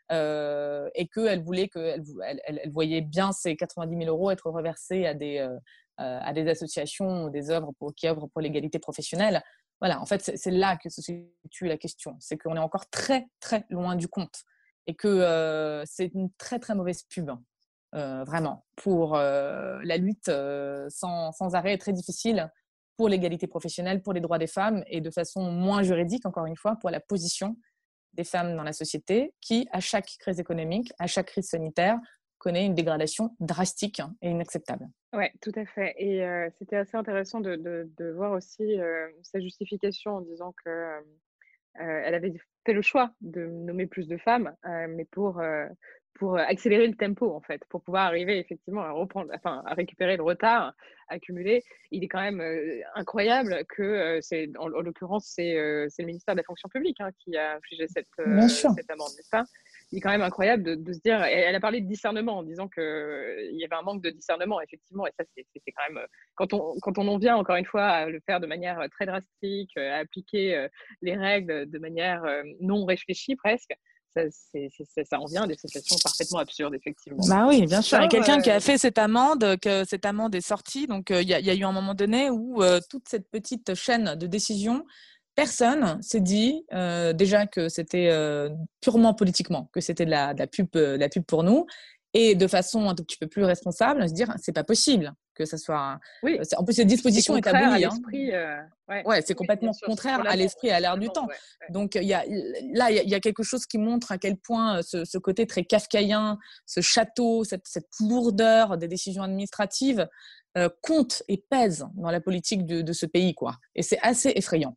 euh, et qu'elle voulait qu'elle elle, elle, elle voyait bien ces quatre-vingt-dix mille euros être reversés à des, euh, à des associations ou des œuvres pour, qui œuvrent pour l'égalité professionnelle. Voilà, en fait, c'est, c'est là que se situe la question. C'est qu'on est encore très, très loin du compte et que euh, c'est une très, très mauvaise pub, euh, vraiment, pour euh, la lutte euh, sans, sans arrêt, très difficile pour l'égalité professionnelle, pour les droits des femmes et de façon moins juridique, encore une fois, pour la position des femmes dans la société qui, à chaque crise économique, à chaque crise sanitaire, connaît une dégradation drastique et inacceptable. Oui, tout à fait. Et euh, c'était assez intéressant de, de, de voir aussi euh, sa justification en disant que euh, elle avait fait le choix de nommer plus de femmes, euh, mais pour, euh, pour accélérer le tempo, en fait, pour pouvoir arriver effectivement à reprendre, enfin, à récupérer le retard accumulé. Il est quand même euh, incroyable que, euh, c'est, en, en l'occurrence, c'est, euh, c'est le ministère de la fonction publique hein, qui a infligé cette, euh, cette amende, n'est-ce pas ? Il est quand même incroyable de, de se dire, elle a parlé de discernement en disant qu'il euh, y avait un manque de discernement, effectivement, et ça, c'est, c'est, c'est quand même, quand on, quand on en vient, encore une fois, à le faire de manière très drastique, à appliquer euh, les règles de manière euh, non réfléchie presque, ça, c'est, c'est, ça en vient à des situations parfaitement absurdes, effectivement. Bah oui, bien sûr. Il y a quelqu'un euh... qui a fait cette amende, que cette amende est sortie, donc il euh, y, y a eu un moment donné où euh, toute cette petite chaîne de décision, personne s'est dit euh, déjà que c'était euh, purement politiquement, que c'était de la, de la pub, euh, de la pub pour nous, et de façon un tout petit peu plus responsable, se dire c'est pas possible que ça soit. Oui. Euh, en plus cette disposition est abolie. Hein. Euh, ouais. ouais, c'est complètement oui, contraire à l'esprit et à l'air du temps. Ouais, ouais. Donc il y a là il y, y a quelque chose qui montre à quel point ce, ce côté très kafkaïen, ce château, cette, cette lourdeur des décisions administratives euh, compte et pèse dans la politique de, de ce pays, quoi. Et c'est assez effrayant.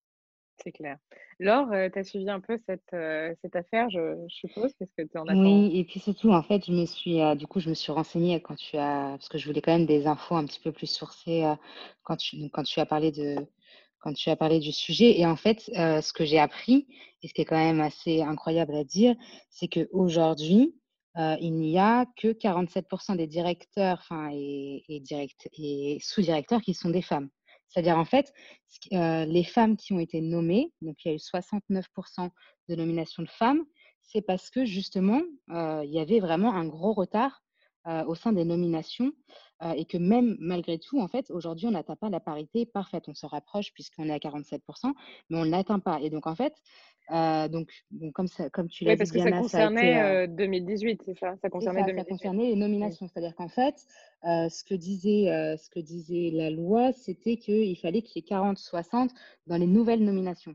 C'est clair. Laure, euh, tu as suivi un peu cette, euh, cette affaire, je, je suppose, parce que tu en as. Oui, et puis surtout, en fait, je me suis, euh, du coup, je me suis renseignée quand tu as, parce que je voulais quand même des infos un petit peu plus sourcées euh, quand tu, quand tu as parlé de, quand tu as parlé du sujet. Et en fait, euh, ce que j'ai appris, et ce qui est quand même assez incroyable à dire, c'est qu'aujourd'hui, euh, il n'y a que quarante-sept pour cent des directeurs, enfin, et, et, direct, et sous-directeurs qui sont des femmes. C'est-à-dire, en fait, euh, les femmes qui ont été nommées, donc il y a eu soixante-neuf pour cent de nominations de femmes, c'est parce que, justement, euh, il y avait vraiment un gros retard euh, au sein des nominations euh, et que même malgré tout, en fait, aujourd'hui, on n'atteint pas la parité parfaite. On se rapproche puisqu'on est à quarante-sept pour cent, mais on ne l'atteint pas. Et donc, en fait, euh, donc, bon, comme, ça, comme tu l'as oui, dit, parce que Diana, ça concernait ça a été, euh, deux mille dix-huit, c'est ça Ça concernait, ça, deux mille dix-huit. Ça concernait les nominations. Mmh. C'est-à-dire qu'en fait, euh, ce, que disait, euh, ce que disait la loi, c'était qu'il fallait qu'il y ait quarante soixante dans les nouvelles nominations.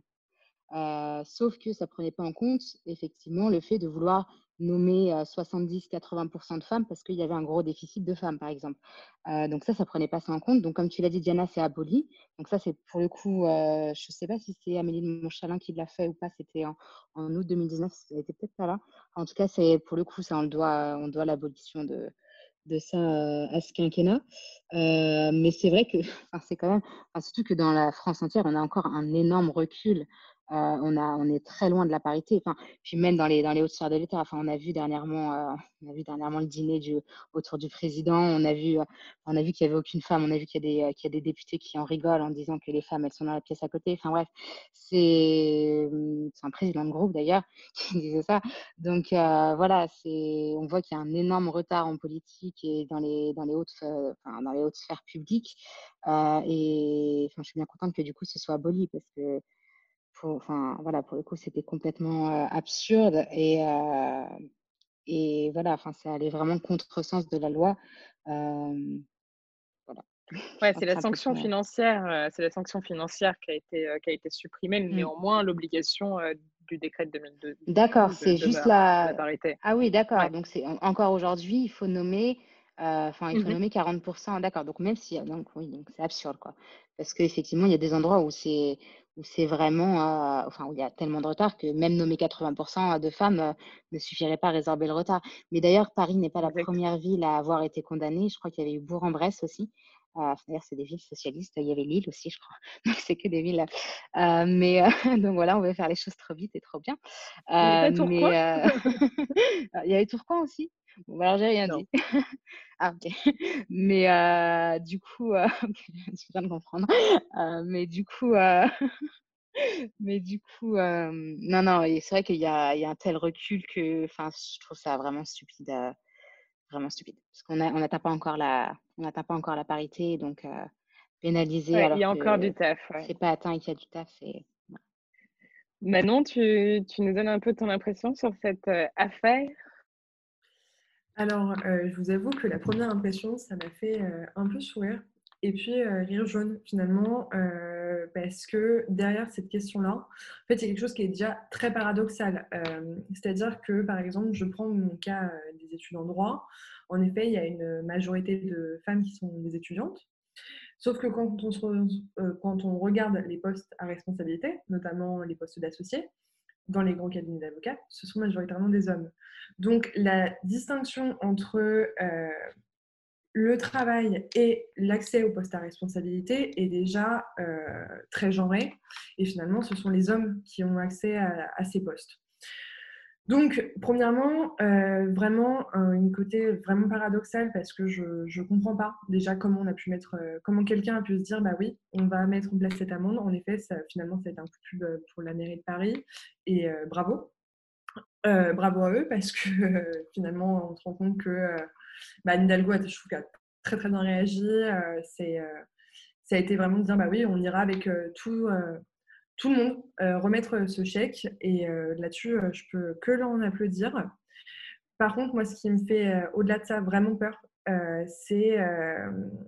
Euh, sauf que ça ne prenait pas en compte, effectivement, le fait de vouloir nommer euh, soixante-dix à quatre-vingts pour cent de femmes parce qu'il y avait un gros déficit de femmes, par exemple. Euh, donc ça, ça ne prenait pas ça en compte. Donc, comme tu l'as dit, Diana, c'est aboli. Donc ça, c'est pour le coup, euh, je ne sais pas si c'est Amélie de Montchalin qui l'a fait ou pas. C'était en, en août deux mille dix-neuf, elle n'était peut-être pas là. En tout cas, c'est, pour le coup, ça, on le doit, on doit l'abolition de, de ça euh, à ce quinquennat. Euh, mais c'est vrai que enfin, c'est quand même, enfin, surtout que dans la France entière, on a encore un énorme recul. Euh, on, a, on est très loin de la parité. Enfin, puis même dans les, dans les hautes sphères de l'État, enfin, on a vu dernièrement, euh, on a vu dernièrement le dîner du, autour du président. On a vu, euh, on a vu qu'il n'y avait aucune femme. On a vu qu'il y a des, euh, qu'il y a des députés qui en rigolent en disant que les femmes, elles sont dans la pièce à côté. Enfin bref, c'est, c'est un président de groupe d'ailleurs qui disait ça. Donc euh, voilà, c'est, on voit qu'il y a un énorme retard en politique et dans les, dans les hautes, euh, enfin, dans les hautes sphères publiques. Euh, et enfin, je suis bien contente que du coup ce soit aboli parce que pour, enfin, voilà, pour le coup, c'était complètement euh, absurde et, euh, et voilà, enfin, ça allait vraiment contresens de la loi. Euh, voilà. Je Ouais, pense c'est que la c'est un peu sanction tout. financière, euh, c'est la sanction financière qui a été, euh, qui a été supprimée. Mm. Néanmoins, l'obligation euh, du décret de deux mille deux D'accord, de, c'est juste demeure, la la. parité. Ah oui, d'accord. Ouais. Donc, c'est en- encore aujourd'hui, il faut nommer, euh, enfin, il faut Mhm. nommer quarante pour cent. D'accord. Donc, même si, donc, oui, donc c'est absurde, quoi. Parce qu'effectivement, il y a des endroits où c'est, où c'est vraiment, euh, enfin, où il y a tellement de retard que même nommer quatre-vingts pour cent de femmes euh, ne suffirait pas à résorber le retard. Mais d'ailleurs, Paris n'est pas la Exact. première ville à avoir été condamnée. Je crois qu'il y avait eu Bourg-en-Bresse aussi. Euh, d'ailleurs, c'est des villes socialistes. Il y avait Lille aussi, je crois. Donc, c'est que des villes. euh, mais euh, donc voilà, on veut faire les choses trop vite et trop bien. Il n'y a Euh, pas Tourcoing? mais euh, il y avait Tourcoing aussi. Bon, bah alors j'ai rien Non. dit. Ah, ok. Mais euh, du coup, euh, je viens de comprendre. Euh, mais du coup, euh, mais du coup, euh, non, non, et c'est vrai qu'il y a, il y a un tel recul que, enfin, je trouve ça vraiment stupide, euh, vraiment stupide, parce qu'on a, on n'atteint pas encore la, on n'atteint pas encore la parité, donc euh, pénaliser Ouais, il y alors a encore que du taf. Ouais. c'est pas atteint et qu'il y a du taf, c'est. Manon, tu, tu nous donnes un peu ton impression sur cette euh, affaire? Alors, euh, je vous avoue que la première impression, ça m'a fait euh, un peu sourire et puis euh, rire jaune finalement, euh, parce que derrière cette question-là, en fait, il y a quelque chose qui est déjà très paradoxal. Euh, c'est-à-dire que, par exemple, je prends mon cas euh, des études en droit. En effet, il y a une majorité de femmes qui sont des étudiantes. Sauf que quand on, se re- euh, quand on regarde les postes à responsabilité, notamment les postes d'associés, dans les grands cabinets d'avocats, ce sont majoritairement des hommes. Donc la distinction entre euh, le travail et l'accès au poste à responsabilité est déjà euh, très genrée. Et finalement, ce sont les hommes qui ont accès à, à ces postes. Donc, premièrement, euh, vraiment un une côté vraiment paradoxal parce que je ne comprends pas déjà comment on a pu mettre, euh, comment quelqu'un a pu se dire, bah oui, on va mettre en place cette amende. En effet, ça, finalement, ça a été un coup de pub pour la mairie de Paris et euh, bravo. Euh, bravo à eux parce que euh, finalement, on se rend compte que euh, bah, Anne Hidalgo a, je trouve, a très très bien réagi. Euh, c'est, euh, ça a été vraiment de dire, bah oui, on ira avec euh, tout, euh, tout le monde euh, remettre ce chèque. Et euh, là-dessus, euh, je peux que l'en applaudir. Par contre, moi, ce qui me fait, euh, au-delà de ça, vraiment peur, euh, c'est euh,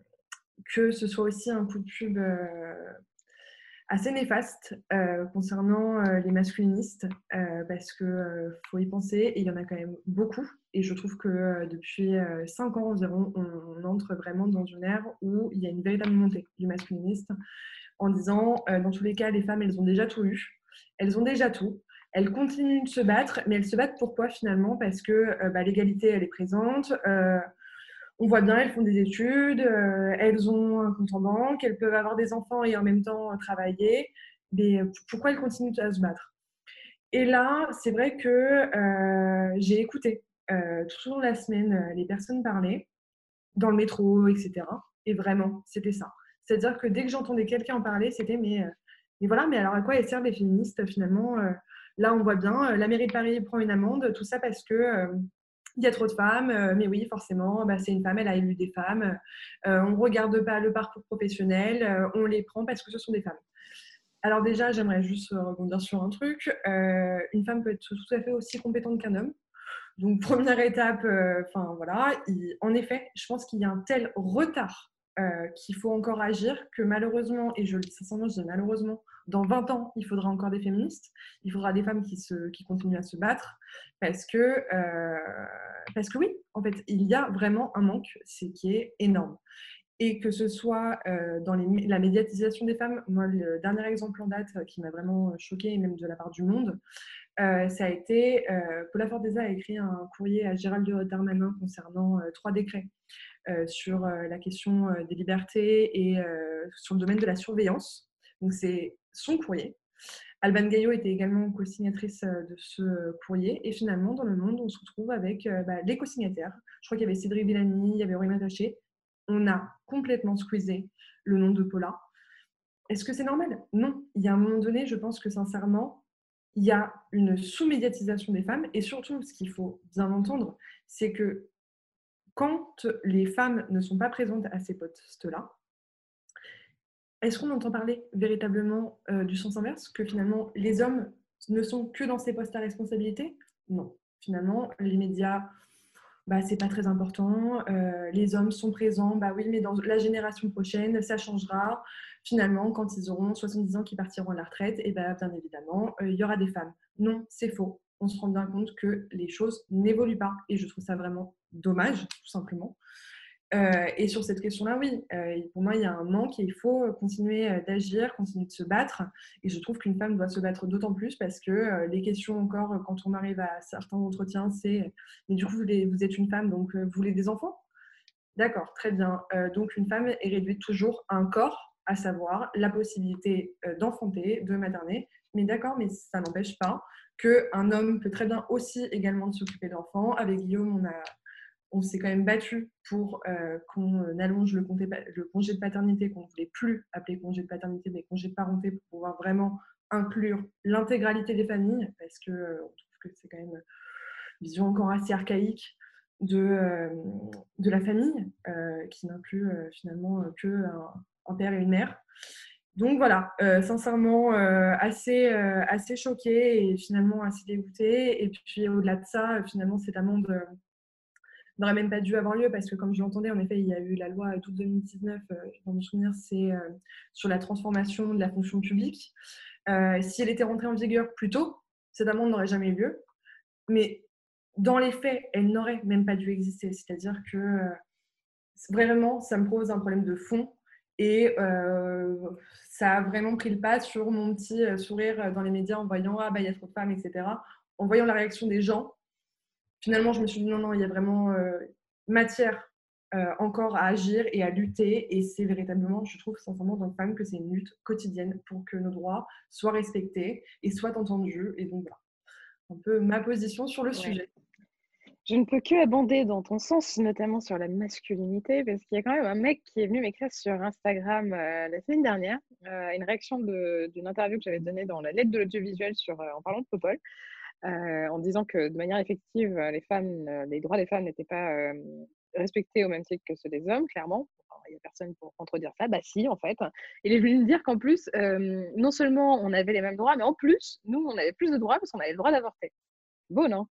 que ce soit aussi un coup de pub euh, assez néfaste euh, concernant euh, les masculinistes, euh, parce qu'il euh, faut y penser, et il y en a quand même beaucoup. Et je trouve que euh, depuis euh, cinq ans environ, on, on entre vraiment dans une ère où il y a une véritable montée du masculiniste, en disant, euh, dans tous les cas, les femmes, elles ont déjà tout eu, elles ont déjà tout. Elles continuent de se battre, mais elles se battent pourquoi finalement? Parce que euh, bah, l'égalité, elle est présente. Euh, on voit bien, elles font des études, euh, elles ont un compte en banque, elles peuvent avoir des enfants et en même temps euh, travailler. Mais pourquoi elles continuent à se battre? Et là, c'est vrai que euh, j'ai écouté euh, tout au long de la semaine euh, les personnes parler dans le métro, et cetera. Et vraiment, c'était ça. C'est-à-dire que dès que j'entendais quelqu'un en parler, c'était mais, euh, mais voilà, mais alors à quoi elles servent les féministes finalement? euh, Là, on voit bien, euh, la mairie de Paris prend une amende, tout ça parce que euh, il y a trop de femmes, euh, mais oui, forcément, bah, c'est une femme, elle a élu des femmes. Euh, on ne regarde pas le parcours professionnel, euh, on les prend parce que ce sont des femmes. Alors déjà, j'aimerais juste rebondir sur un truc. Euh, une femme peut être tout à fait aussi compétente qu'un homme. Donc, première étape, enfin euh, voilà, il, en effet, je pense qu'il y a un tel retard euh, qu'il faut encore agir que malheureusement, et je le dis sincèrement, je dis malheureusement, dans vingt ans, il faudra encore des féministes, il faudra des femmes qui, se, qui continuent à se battre parce que, euh, parce que oui, en fait, il y a vraiment un manque, c'est qui est énorme. Et que ce soit euh, dans les, la médiatisation des femmes, moi, le dernier exemple en date qui m'a vraiment choquée, même de la part du Monde, euh, ça a été, euh, Paula Forteza a écrit un courrier à Gérald Darmanin concernant euh, trois décrets euh, sur euh, la question euh, des libertés et euh, sur le domaine de la surveillance. Donc c'est son courrier. Alban Gaillot était également co-signatrice de ce courrier. Et finalement, dans Le Monde, on se retrouve avec euh, bah, les co-signataires. Je crois qu'il y avait Cédric Villani, il y avait Aurélien Taché. On a complètement squeezé le nom de Paula. Est-ce que c'est normal? Non. Il y a un moment donné, je pense que sincèrement, il y a une sous-médiatisation des femmes. Et surtout, ce qu'il faut bien entendre, c'est que quand les femmes ne sont pas présentes à ces postes-là, est-ce qu'on entend parler véritablement euh, du sens inverse, que finalement les hommes ne sont que dans ces postes à responsabilité? Non. Finalement, les médias, bah, c'est pas très important. Euh, les hommes sont présents, bah oui, mais dans la génération prochaine, ça changera. Finalement, quand ils auront soixante-dix ans, qui partiront à la retraite, et bah, bien évidemment, euh, il y aura des femmes. Non, c'est faux. On se rend bien compte que les choses n'évoluent pas. Et je trouve ça vraiment dommage, tout simplement. Euh, et sur cette question-là, oui, euh, pour moi, il y a un manque et il faut continuer d'agir, continuer de se battre. Et je trouve qu'une femme doit se battre d'autant plus parce que euh, les questions encore, quand on arrive à certains entretiens, c'est « mais du coup, vous, les, vous êtes une femme, donc euh, vous voulez des enfants ?» D'accord, très bien. Euh, donc, une femme est réduite toujours à un corps, à savoir la possibilité euh, d'enfanter, de materner. Mais d'accord, mais ça n'empêche pas qu'un homme peut très bien aussi également s'occuper d'enfants. Avec Guillaume, on a... on s'est quand même battu pour euh, qu'on allonge le, compté, le congé de paternité, qu'on ne voulait plus appeler congé de paternité, mais congé de parenté, pour pouvoir vraiment inclure l'intégralité des familles, parce qu'on euh, trouve que c'est quand même une vision encore assez archaïque de, euh, de la famille, euh, qui n'inclut euh, finalement euh, qu'un un père et une mère. Donc voilà, euh, sincèrement, euh, assez, euh, assez choquée et finalement assez dégoûtée. Et puis au-delà de ça, finalement, cette amende euh, n'aurait même pas dû avoir lieu parce que, comme je l'entendais, en effet, il y a eu la loi d'août deux mille dix-neuf, euh, dans mon souvenir, c'est euh, sur la transformation de la fonction publique. Euh, si elle était rentrée en vigueur plus tôt, cette amende n'aurait jamais eu lieu. Mais dans les faits, elle n'aurait même pas dû exister. C'est-à-dire que euh, vraiment, ça me pose un problème de fond. Et euh, ça a vraiment pris le pas sur mon petit sourire dans les médias en voyant « ah bah il y a trop de femmes », et cetera. En voyant la réaction des gens, finalement, je me suis dit non, non, il y a vraiment euh, matière euh, encore à agir et à lutter. Et c'est véritablement, je trouve sincèrement, dans Femme, que c'est une lutte quotidienne pour que nos droits soient respectés et soient entendus. Et donc voilà, un peu ma position sur le ouais. sujet. Je ne peux que abonder dans ton sens, notamment sur la masculinité, parce qu'il y a quand même un mec qui est venu m'écrire sur Instagram euh, la semaine dernière, euh, une réaction de, d'une interview que j'avais donnée dans la lettre de l'audiovisuel sur, euh, en parlant de Popol, euh, en disant que de manière effective, les femmes, les droits des femmes n'étaient pas euh, respectés au même titre que ceux des hommes, clairement. Enfin, il n'y a personne pour contredire ça. Bah si, en fait. Il est venu me dire qu'en plus, euh, non seulement on avait les mêmes droits, mais en plus, nous, on avait plus de droits parce qu'on avait le droit d'avorter. Beau, non?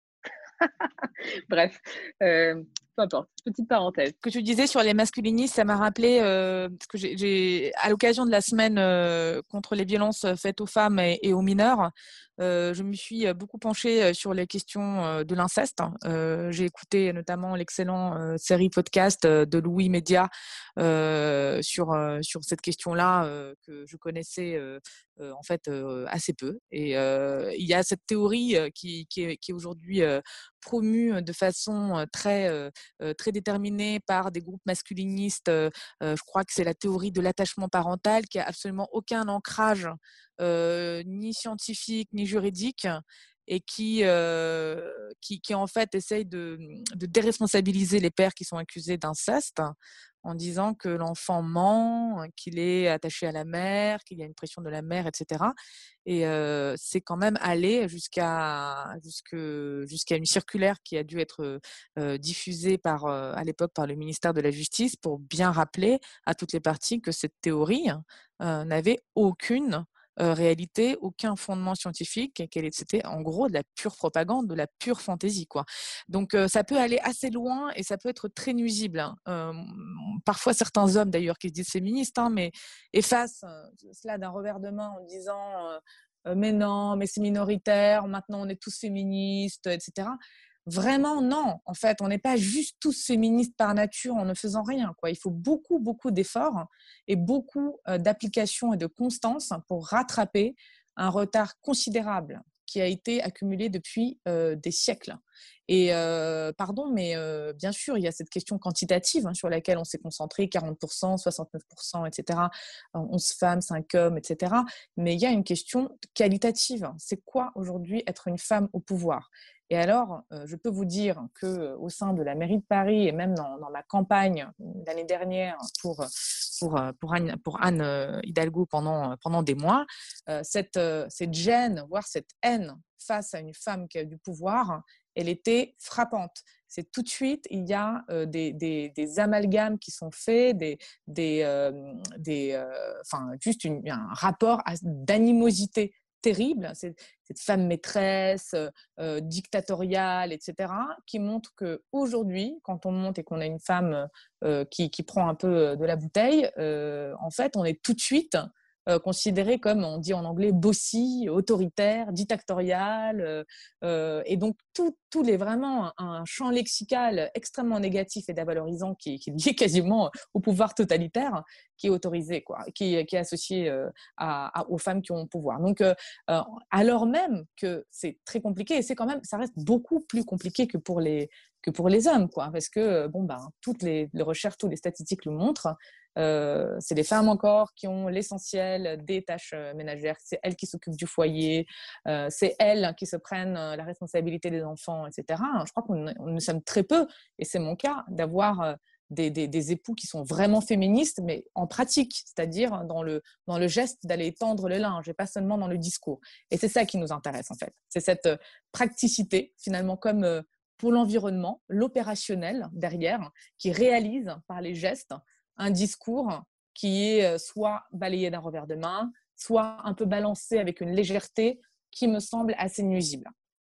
Bref, euh, peu importe, petite parenthèse. Ce que tu disais sur les masculinistes, ça m'a rappelé, euh, parce que j'ai, j'ai, à l'occasion de la semaine euh, contre les violences faites aux femmes et, et aux mineurs, euh, je me suis beaucoup penchée sur les questions euh, de l'inceste. Euh, j'ai écouté notamment l'excellent euh, série podcast de Louis Média euh, sur, euh, sur cette question-là euh, que je connaissais euh, euh, en fait euh, assez peu. Et euh, il y a cette théorie euh, qui, qui, est, qui est aujourd'hui euh, promue de façon très, euh, très déterminée par des groupes masculinistes. Euh, je crois que c'est la théorie de l'attachement parental qui a absolument aucun ancrage euh, ni scientifique ni juridique et qui, euh, qui, qui en fait essaye de, de déresponsabiliser les pères qui sont accusés d'inceste en disant que l'enfant ment, qu'il est attaché à la mère, qu'il y a une pression de la mère, et cetera. Et euh, c'est quand même allé jusqu'à, jusque, jusqu'à une circulaire qui a dû être euh, diffusée par, euh, à l'époque par le ministère de la Justice pour bien rappeler à toutes les parties que cette théorie euh, n'avait aucune Euh, réalité, aucun fondement scientifique, et qu'elle c'était en gros de la pure propagande, de la pure fantaisie, quoi. Donc euh, ça peut aller assez loin et ça peut être très nuisible. Hein. Euh, parfois certains hommes d'ailleurs qui se disent féministes, hein, mais effacent euh, cela d'un revers de main en disant euh, mais non, mais c'est minoritaire, maintenant on est tous féministes, et cetera. Vraiment, non. En fait, on n'est pas juste tous féministes par nature en ne faisant rien, quoi. Il faut beaucoup, beaucoup d'efforts et beaucoup euh, d'application et de constance pour rattraper un retard considérable qui a été accumulée depuis euh, des siècles. Et euh, pardon, mais euh, bien sûr, il y a cette question quantitative hein, sur laquelle on s'est concentré, quarante pour cent, soixante-neuf pour cent, et cetera, onze femmes, cinq hommes, et cetera. Mais il y a une question qualitative. C'est quoi aujourd'hui être une femme au pouvoir ? Et alors, euh, je peux vous dire qu'au sein de la mairie de Paris et même dans, dans ma campagne l'année dernière pour, pour, pour Anne, pour Anne Hidalgo pendant, pendant des mois, euh, cette, euh, cette gêne, voire cette haine face à une femme qui a du pouvoir, elle était frappante. C'est tout de suite, il y a euh, des, des, des amalgames qui sont faits, des, des, euh, des, euh, enfin, juste une, un rapport à, d'animosité terrible, cette, cette femme maîtresse, euh, dictatoriale, et cetera, qui montre qu'aujourd'hui, quand on monte et qu'on a une femme euh, qui, qui prend un peu de la bouteille, euh, en fait, on est tout de suite Euh, considéré comme, on dit en anglais, bossy, autoritaire, dictatorial, euh, euh, et donc tout, tout est vraiment un, un champ lexical extrêmement négatif et dévalorisant qui, qui est lié quasiment au pouvoir totalitaire, qui est autorisé, quoi, qui, qui est associé euh, à, à, aux femmes qui ont le pouvoir. Donc, euh, euh, alors même que c'est très compliqué, et c'est quand même, ça reste beaucoup plus compliqué que pour les, que pour les hommes, quoi, parce que bon, ben, toutes les, les recherches, toutes les statistiques le montrent. Euh, c'est les femmes encore qui ont l'essentiel des tâches ménagères, c'est elles qui s'occupent du foyer, euh, c'est elles qui se prennent la responsabilité des enfants, et cetera. Je crois qu'on nous sommes très peu, et c'est mon cas, d'avoir des, des, des époux qui sont vraiment féministes, mais en pratique, c'est-à-dire dans le, dans le geste d'aller tendre le linge, et pas seulement dans le discours. Et c'est ça qui nous intéresse en fait, c'est cette praticité finalement, comme pour l'environnement, l'opérationnel derrière, qui réalise par les gestes un discours qui est soit balayé d'un revers de main, soit un peu balancé avec une légèreté qui me semble assez nuisible.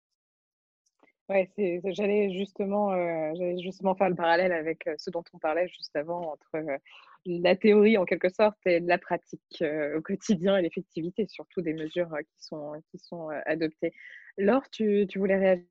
Ouais, c'est, c'est- j'allais justement, euh, j'allais justement faire le parallèle avec euh, ce dont on parlait juste avant, entre euh, la théorie en quelque sorte et la pratique euh, au quotidien et l'effectivité, surtout des mesures euh, qui sont, qui sont euh, adoptées. Laure, tu, tu voulais réagir?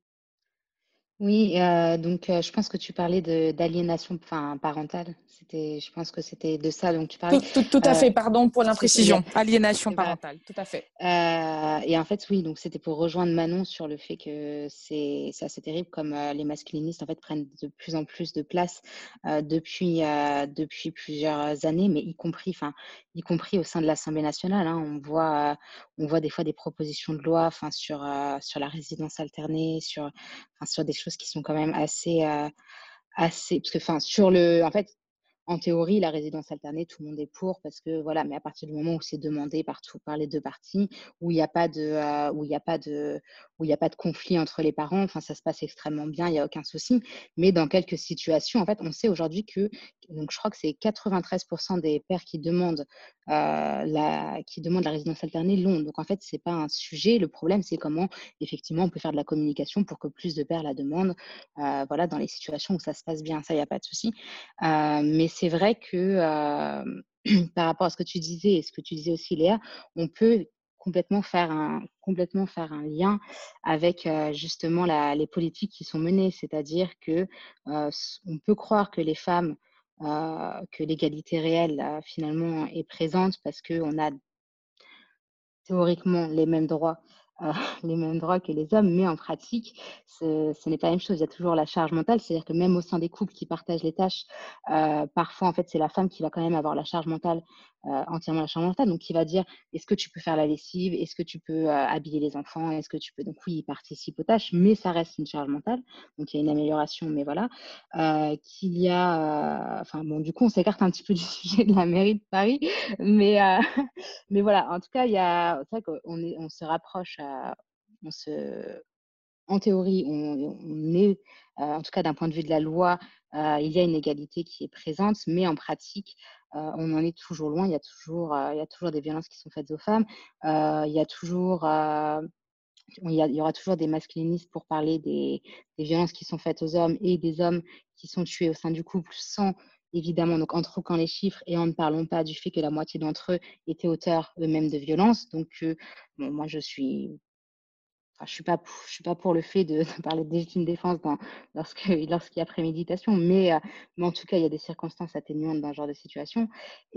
Oui, euh, donc euh, je pense que tu parlais de d'aliénation, enfin parentale. C'était, je pense que c'était de ça dont tu parlais. Tout, tout, tout à Euh, fait, pardon pour c'est- l'imprécision. Aliénation Voilà. parentale, tout à fait. Euh, et en fait, oui, donc c'était pour rejoindre Manon sur le fait que c'est c'est assez terrible comme euh, les masculinistes en fait prennent de plus en plus de place euh, depuis euh, depuis plusieurs années, mais y compris, enfin, y compris au sein de l'Assemblée nationale. Hein, on voit euh, on voit des fois des propositions de loi, enfin sur euh, sur la résidence alternée, sur enfin sur des choses qui sont quand même assez euh, assez parce que enfin sur le en fait en théorie, la résidence alternée, tout le monde est pour parce que voilà, mais à partir du moment où c'est demandé partout par les deux parties, où il n'y a pas de, euh, où il y a pas de, où il y a pas de conflit entre les parents, enfin ça se passe extrêmement bien, il n'y a aucun souci. Mais dans quelques situations, en fait, on sait aujourd'hui que, donc je crois que c'est quatre-vingt-treize pour cent des pères qui demandent euh, la, qui demandent la résidence alternée l'ont. Donc en fait, c'est pas un sujet. Le problème, c'est comment effectivement on peut faire de la communication pour que plus de pères la demandent. Euh, voilà, dans les situations où ça se passe bien, ça, il n'y a pas de souci. Euh, mais c'est vrai que euh, par rapport à ce que tu disais et ce que tu disais aussi, Léa, on peut complètement faire un, complètement faire un lien avec euh, justement la, les politiques qui sont menées. C'est-à-dire que euh, on peut croire que les femmes, euh, que l'égalité réelle euh, finalement est présente parce qu'on a théoriquement les mêmes droits, euh, les mêmes droits que les hommes, mais en pratique, ce, ce n'est pas la même chose. Il y a toujours la charge mentale, c'est-à-dire que même au sein des couples qui partagent les tâches, euh, parfois, en fait, c'est la femme qui va quand même avoir la charge mentale, euh, entièrement la charge mentale, donc qui va dire, est-ce que tu peux faire la lessive, est-ce que tu peux euh, habiller les enfants, est-ce que tu peux... Donc oui, il participe aux tâches, mais ça reste une charge mentale, donc il y a une amélioration, mais voilà. Euh, qu'il y a... euh, Enfin bon, du coup, on s'écarte un petit peu du sujet de la mairie de Paris, mais... euh, mais voilà, en tout cas, il y a, c'est vrai qu'on est, on se rapproche, à, on se, en théorie, on, on est, euh, en tout cas d'un point de vue de la loi, euh, il y a une égalité qui est présente, mais en pratique, euh, on en est toujours loin. Il y a toujours, euh, il y a toujours des violences qui sont faites aux femmes. Euh, il y a toujours, euh, il y, a, il y aura toujours des masculinistes pour parler des, des violences qui sont faites aux hommes et des hommes qui sont tués au sein du couple sans évidemment, donc en troquant les chiffres et en ne parlant pas du fait que la moitié d'entre eux étaient auteurs eux-mêmes de violences. Donc, euh, bon, moi, je suis Enfin, je suis pas pour, je suis pas pour le fait de, de parler de légitime défense dans, lorsque, lorsqu'il y a préméditation, mais, euh, mais en tout cas, il y a des circonstances atténuantes dans ce genre de situation.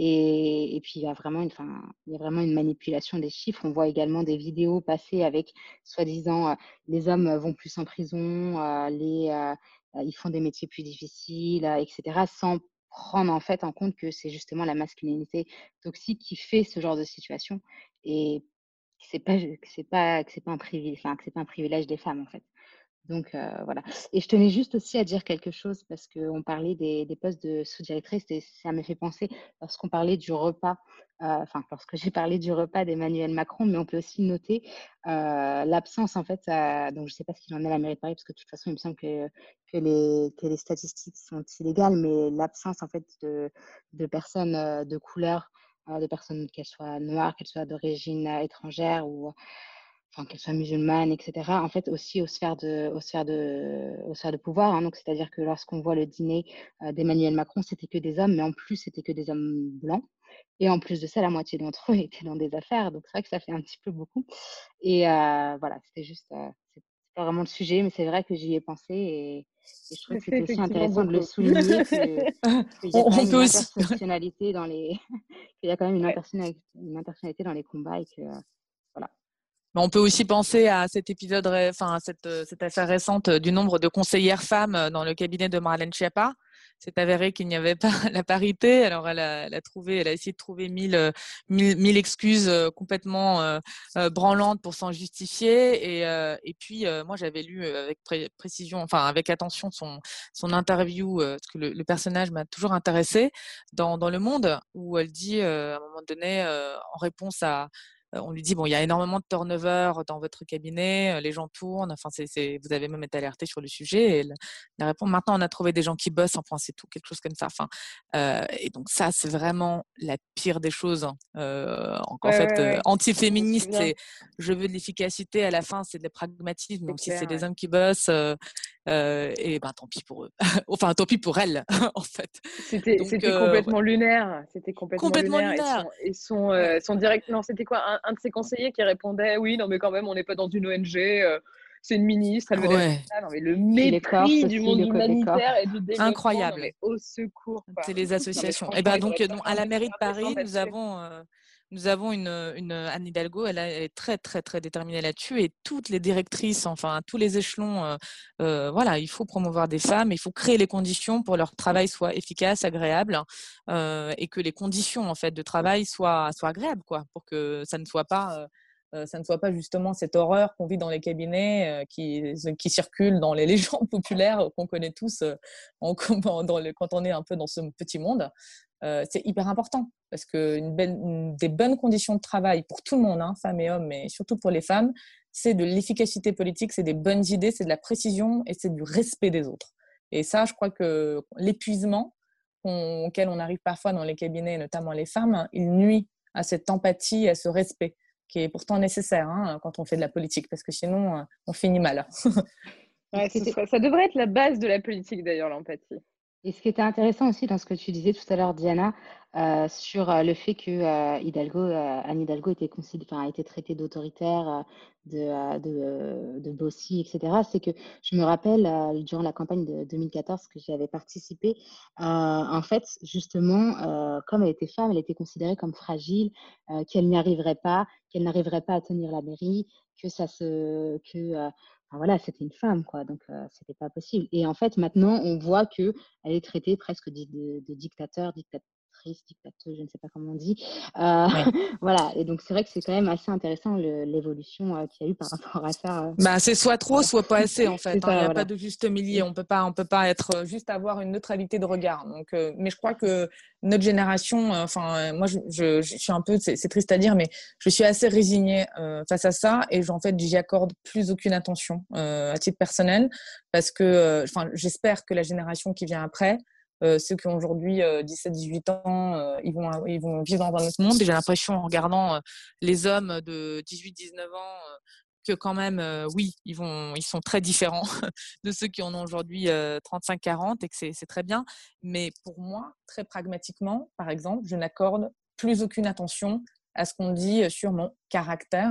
Et, et puis, il y a vraiment une, enfin, il y a vraiment une manipulation des chiffres. On voit également des vidéos passer avec, soi-disant, euh, les hommes vont plus en prison, euh, les, euh, euh, ils font des métiers plus difficiles, euh, et cetera, sans prendre en fait en compte que c'est justement la masculinité toxique qui fait ce genre de situation. Et que c'est pas que c'est pas que c'est pas un privilège, enfin, que c'est pas un privilège des femmes, en fait. Donc heu, voilà et je tenais juste aussi à dire quelque chose parce qu'on parlait des des postes de sous-directrice et ça m'a fait penser lorsqu'on parlait du repas, heu, enfin, lorsque j'ai parlé du repas d'Emmanuel Macron, mais on peut aussi noter, heu, l'absence, en fait, heu, donc je ne sais pas ce qu'il en est à la mairie de Paris parce que de toute façon, il me semble que que les que les statistiques sont illégales, mais l'absence, en fait, de de personnes, heu, de couleur, heu, de personnes, qu'elles soient noires, qu'elles soient d'origine, heu, étrangère ou enfin, qu'elles soient musulmanes, et cetera, en fait, aussi aux sphères de aux sphères de aux sphères de pouvoir, hein. Donc c'est-à-dire que lorsqu'on voit le dîner, heu, d'Emmanuel Macron, c'était que des hommes, mais en plus, c'était que des hommes blancs et en plus de ça, la moitié d'entre eux étaient dans des affaires. Donc c'est vrai que ça fait un petit peu beaucoup et heu, voilà, c'était juste, heu, c'est c'est pas vraiment le sujet, mais c'est vrai que j'y ai pensé et et je trouvais Ça que fait c'était aussi effectivement intéressant de le beaucoup. souligner que qu'il y on, a quand on même peut une aussi. intersectionnalité dans les qu'il y a quand même une Ouais. intersectionnalité une intersectionnalité dans les combats et que, heu, voilà. Mais on peut aussi penser à cet épisode, ré- enfin à cette, euh, cette affaire récente euh, du nombre de conseillères femmes euh, dans le cabinet de Marlène Schiappa. C'est avéré qu'il n'y avait pas la parité. Alors elle a, elle a trouvé, elle a essayé de trouver mille, euh, mille, mille excuses euh, complètement euh, euh, branlantes pour s'en justifier. Et, euh, et puis euh, moi j'avais lu euh, avec pré- précision, enfin avec attention son son interview euh, parce que le, le personnage m'a toujours intéressée dans dans Le Monde où elle dit euh, à un moment donné euh, en réponse à euh, on lui dit bon, il y a énormément de turnover dans votre cabinet, euh, les gens tournent. Enfin, c'est, c'est, vous avez même été alerté sur le sujet. Et elle, elle répond maintenant, on a trouvé des gens qui bossent. Enfin, c'est tout, quelque chose comme ça. Enfin, euh, et donc ça, c'est vraiment la pire des choses. Hein. Euh, en, en Ouais, fait, ouais, euh, ouais. Je me anti-féministe, souviens. c'est je veux de l'efficacité. À la fin, c'est de la pragmatisme. C'est Donc, si c'est clair, des ouais. hommes qui bossent, euh, euh, et ben tant pis pour eux. Enfin, tant pis pour elles, en fait. C'était Donc, c'était euh, complètement lunaire. C'était complètement complètement lunaire. Et lunaire. son, et son, Ouais. euh, son direct. Non, c'était quoi? Un, un de ses conseillers qui répondait oui, non, mais quand même, on n'est pas dans une O N G. euh, c'est une ministre, elle veut des Ouais. résultats. Non, mais le Et puis les corses mépris du aussi, monde le code des corps. humanitaire et du développement. Non, Incroyable. mais au secours, quoi. C'est les Non, mais associations. Et franchement, ben ils donc, auraient euh, pas donc, à besoin la de mairie de faire Paris, descendre nous là-dessus. avons, euh, nous avons une, une Anne Hidalgo. Elle, a- elle est très très très déterminée là-dessus et toutes les directrices, enfin à tous les échelons, euh, euh, voilà, il faut promouvoir des femmes, il faut créer les conditions pour que leur travail soit efficace, agréable, euh, et que les conditions en fait de travail soient soient agréables, quoi, pour que ça ne soit pas euh, euh, ça ne soit pas justement cette horreur qu'on vit dans les cabinets, euh, qui, qui circule dans les légendes populaires qu'on connaît tous euh, en, dans le, quand on est un peu dans ce petit monde. Euh, c'est hyper important parce que une belle, une, des bonnes conditions de travail pour tout le monde, hein, femmes et hommes, mais surtout pour les femmes, c'est de l'efficacité politique, c'est des bonnes idées, c'est de la précision et c'est du respect des autres. Et ça, je crois que l'épuisement on, auquel on arrive parfois dans les cabinets, notamment les femmes, il nuit à cette empathie, à ce respect qui est pourtant nécessaire hein, quand on fait de la politique, parce que sinon, euh, on finit mal. Et ce Ouais, qui ce était, serait, ça devrait être la base de la politique, d'ailleurs, l'empathie. et ce qui était intéressant aussi dans ce que tu disais tout à l'heure, Diana, euh, sur euh, le fait que euh, Hidalgo, euh, Anne Hidalgo était considérée, enfin, a été traitée d'autoritaire, euh, de, euh, de, euh, de bossy, et cetera. C'est que je me rappelle, euh, durant la campagne de deux mille quatorze que j'y avais participé, euh, en fait, justement, euh, comme elle était femme, elle était considérée comme fragile, euh, qu'elle n'y arriverait pas, qu'elle n'arriverait pas à tenir la mairie, que ça se, que, euh, enfin, voilà, c'était une femme, quoi, donc euh, c'était pas possible. Et en fait, maintenant, on voit que elle est traitée presque de, de, de dictateur, dictatrice, dictateuse, je ne sais pas comment on dit. Euh, Oui. voilà, et donc c'est vrai que c'est quand même assez intéressant le, l'évolution euh, qu'il y a eu par rapport à ça. Euh, Bah, c'est soit trop, voilà. soit pas assez en fait. C'est Il hein. ça, n'y a pas voilà. de juste milieu. On peut pas, on peut pas être juste avoir une neutralité de regard. Donc, euh, mais je crois que notre génération, euh, enfin, euh, moi, je, je, je suis un peu, c'est, c'est triste à dire, mais je suis assez résignée euh, face à ça et en fait, j'y accorde plus aucune attention euh, à titre personnel parce que, enfin, euh, j'espère que la génération qui vient après. Euh, ceux qui ont aujourd'hui euh, dix-sept dix-huit ans, euh, ils, vont, ils vont vivre dans un autre monde. Et j'ai l'impression, en regardant euh, les hommes de dix-huit dix-neuf ans, euh, que quand même, euh, oui, ils, vont, ils sont très différents de ceux qui en ont aujourd'hui euh, trente-cinq quarante et que c'est, c'est très bien. Mais pour moi, très pragmatiquement, par exemple, je n'accorde plus aucune attention à ce qu'on dit sur mon caractère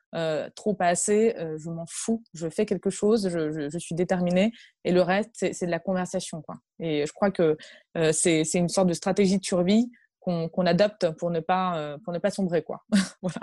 euh, trop, pas assez, euh, je m'en fous. Je fais quelque chose, je, je, je suis déterminée et le reste, c'est, c'est de la conversation, quoi. Et je crois que euh, c'est, c'est une sorte de stratégie de survie qu'on, qu'on adopte pour ne pas, euh, pour ne pas sombrer, quoi. Voilà.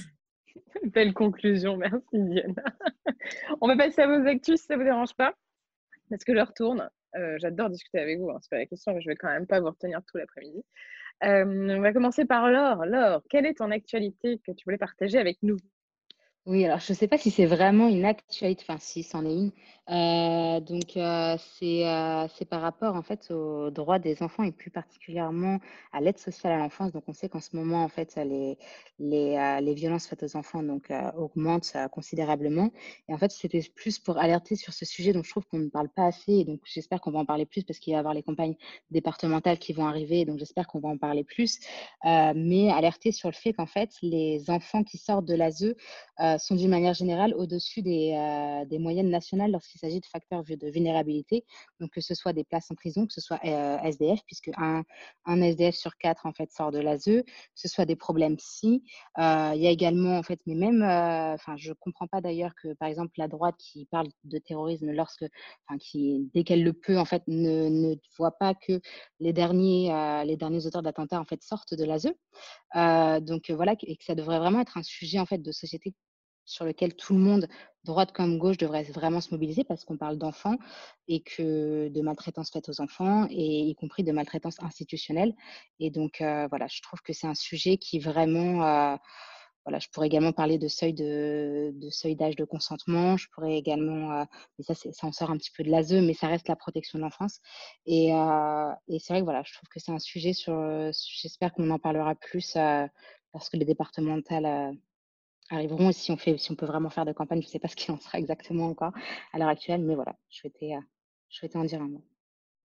Belle conclusion, merci Diana. On va passer à vos actus si ça ne vous dérange pas, parce que l'heure tourne. Euh, j'adore discuter avec vous, hein, c'est pas la question, mais je vais quand même pas vous retenir tout l'après-midi. Euh, on va commencer par Laure. Laure, quelle est ton actualité que tu voulais partager avec nous? Oui, alors je ne sais pas si c'est vraiment une actualité, enfin si, c'en est une. Euh, donc euh, c'est euh, c'est par rapport en fait aux droits des enfants et plus particulièrement à l'aide sociale à l'enfance. Donc on sait qu'en ce moment en fait les les, euh, les violences faites aux enfants donc euh, augmentent euh, considérablement. Et en fait c'était plus pour alerter sur ce sujet dont je trouve qu'on ne parle pas assez. Et donc j'espère qu'on va en parler plus parce qu'il va y avoir les campagnes départementales qui vont arriver. Et donc j'espère qu'on va en parler plus. Euh, mais alerter sur le fait qu'en fait les enfants qui sortent de l'A S E euh, sont d'une manière générale au-dessus des, euh, des moyennes nationales lorsqu'il s'agit de facteurs de vulnérabilité, donc que ce soit des places en prison, que ce soit euh, S D F, puisque un, un S D F sur quatre en fait sort de l'A S E, que ce soit des problèmes psy. Euh, il y a également en fait, mais même, enfin, euh, je comprends pas d'ailleurs que par exemple la droite qui parle de terrorisme lorsque, enfin, qui dès qu'elle le peut en fait ne, ne voit pas que les derniers, euh, les derniers auteurs d'attentats en fait sortent de l'A S E. Euh, donc euh, voilà, et que ça devrait vraiment être un sujet en fait de société sur lequel tout le monde, droite comme gauche, devrait vraiment se mobiliser parce qu'on parle d'enfants et que de maltraitance faite aux enfants, et y compris de maltraitance institutionnelle. Et donc, euh, voilà, je trouve que c'est un sujet qui vraiment... Euh, voilà, je pourrais également parler de seuil de, de seuil d'âge de consentement. Je pourrais également, euh, mais ça, c'est, ça en sort un petit peu de l'A S E, mais ça reste la protection de l'enfance. Et, euh, et c'est vrai que voilà, je trouve que c'est un sujet sur. J'espère qu'on en parlera plus euh, lorsque les départementales euh, arriveront. Et si on fait, si on peut vraiment faire de campagne, je ne sais pas ce qu'il en sera exactement encore à l'heure actuelle, mais voilà, je souhaitais, euh, je souhaitais en dire un mot.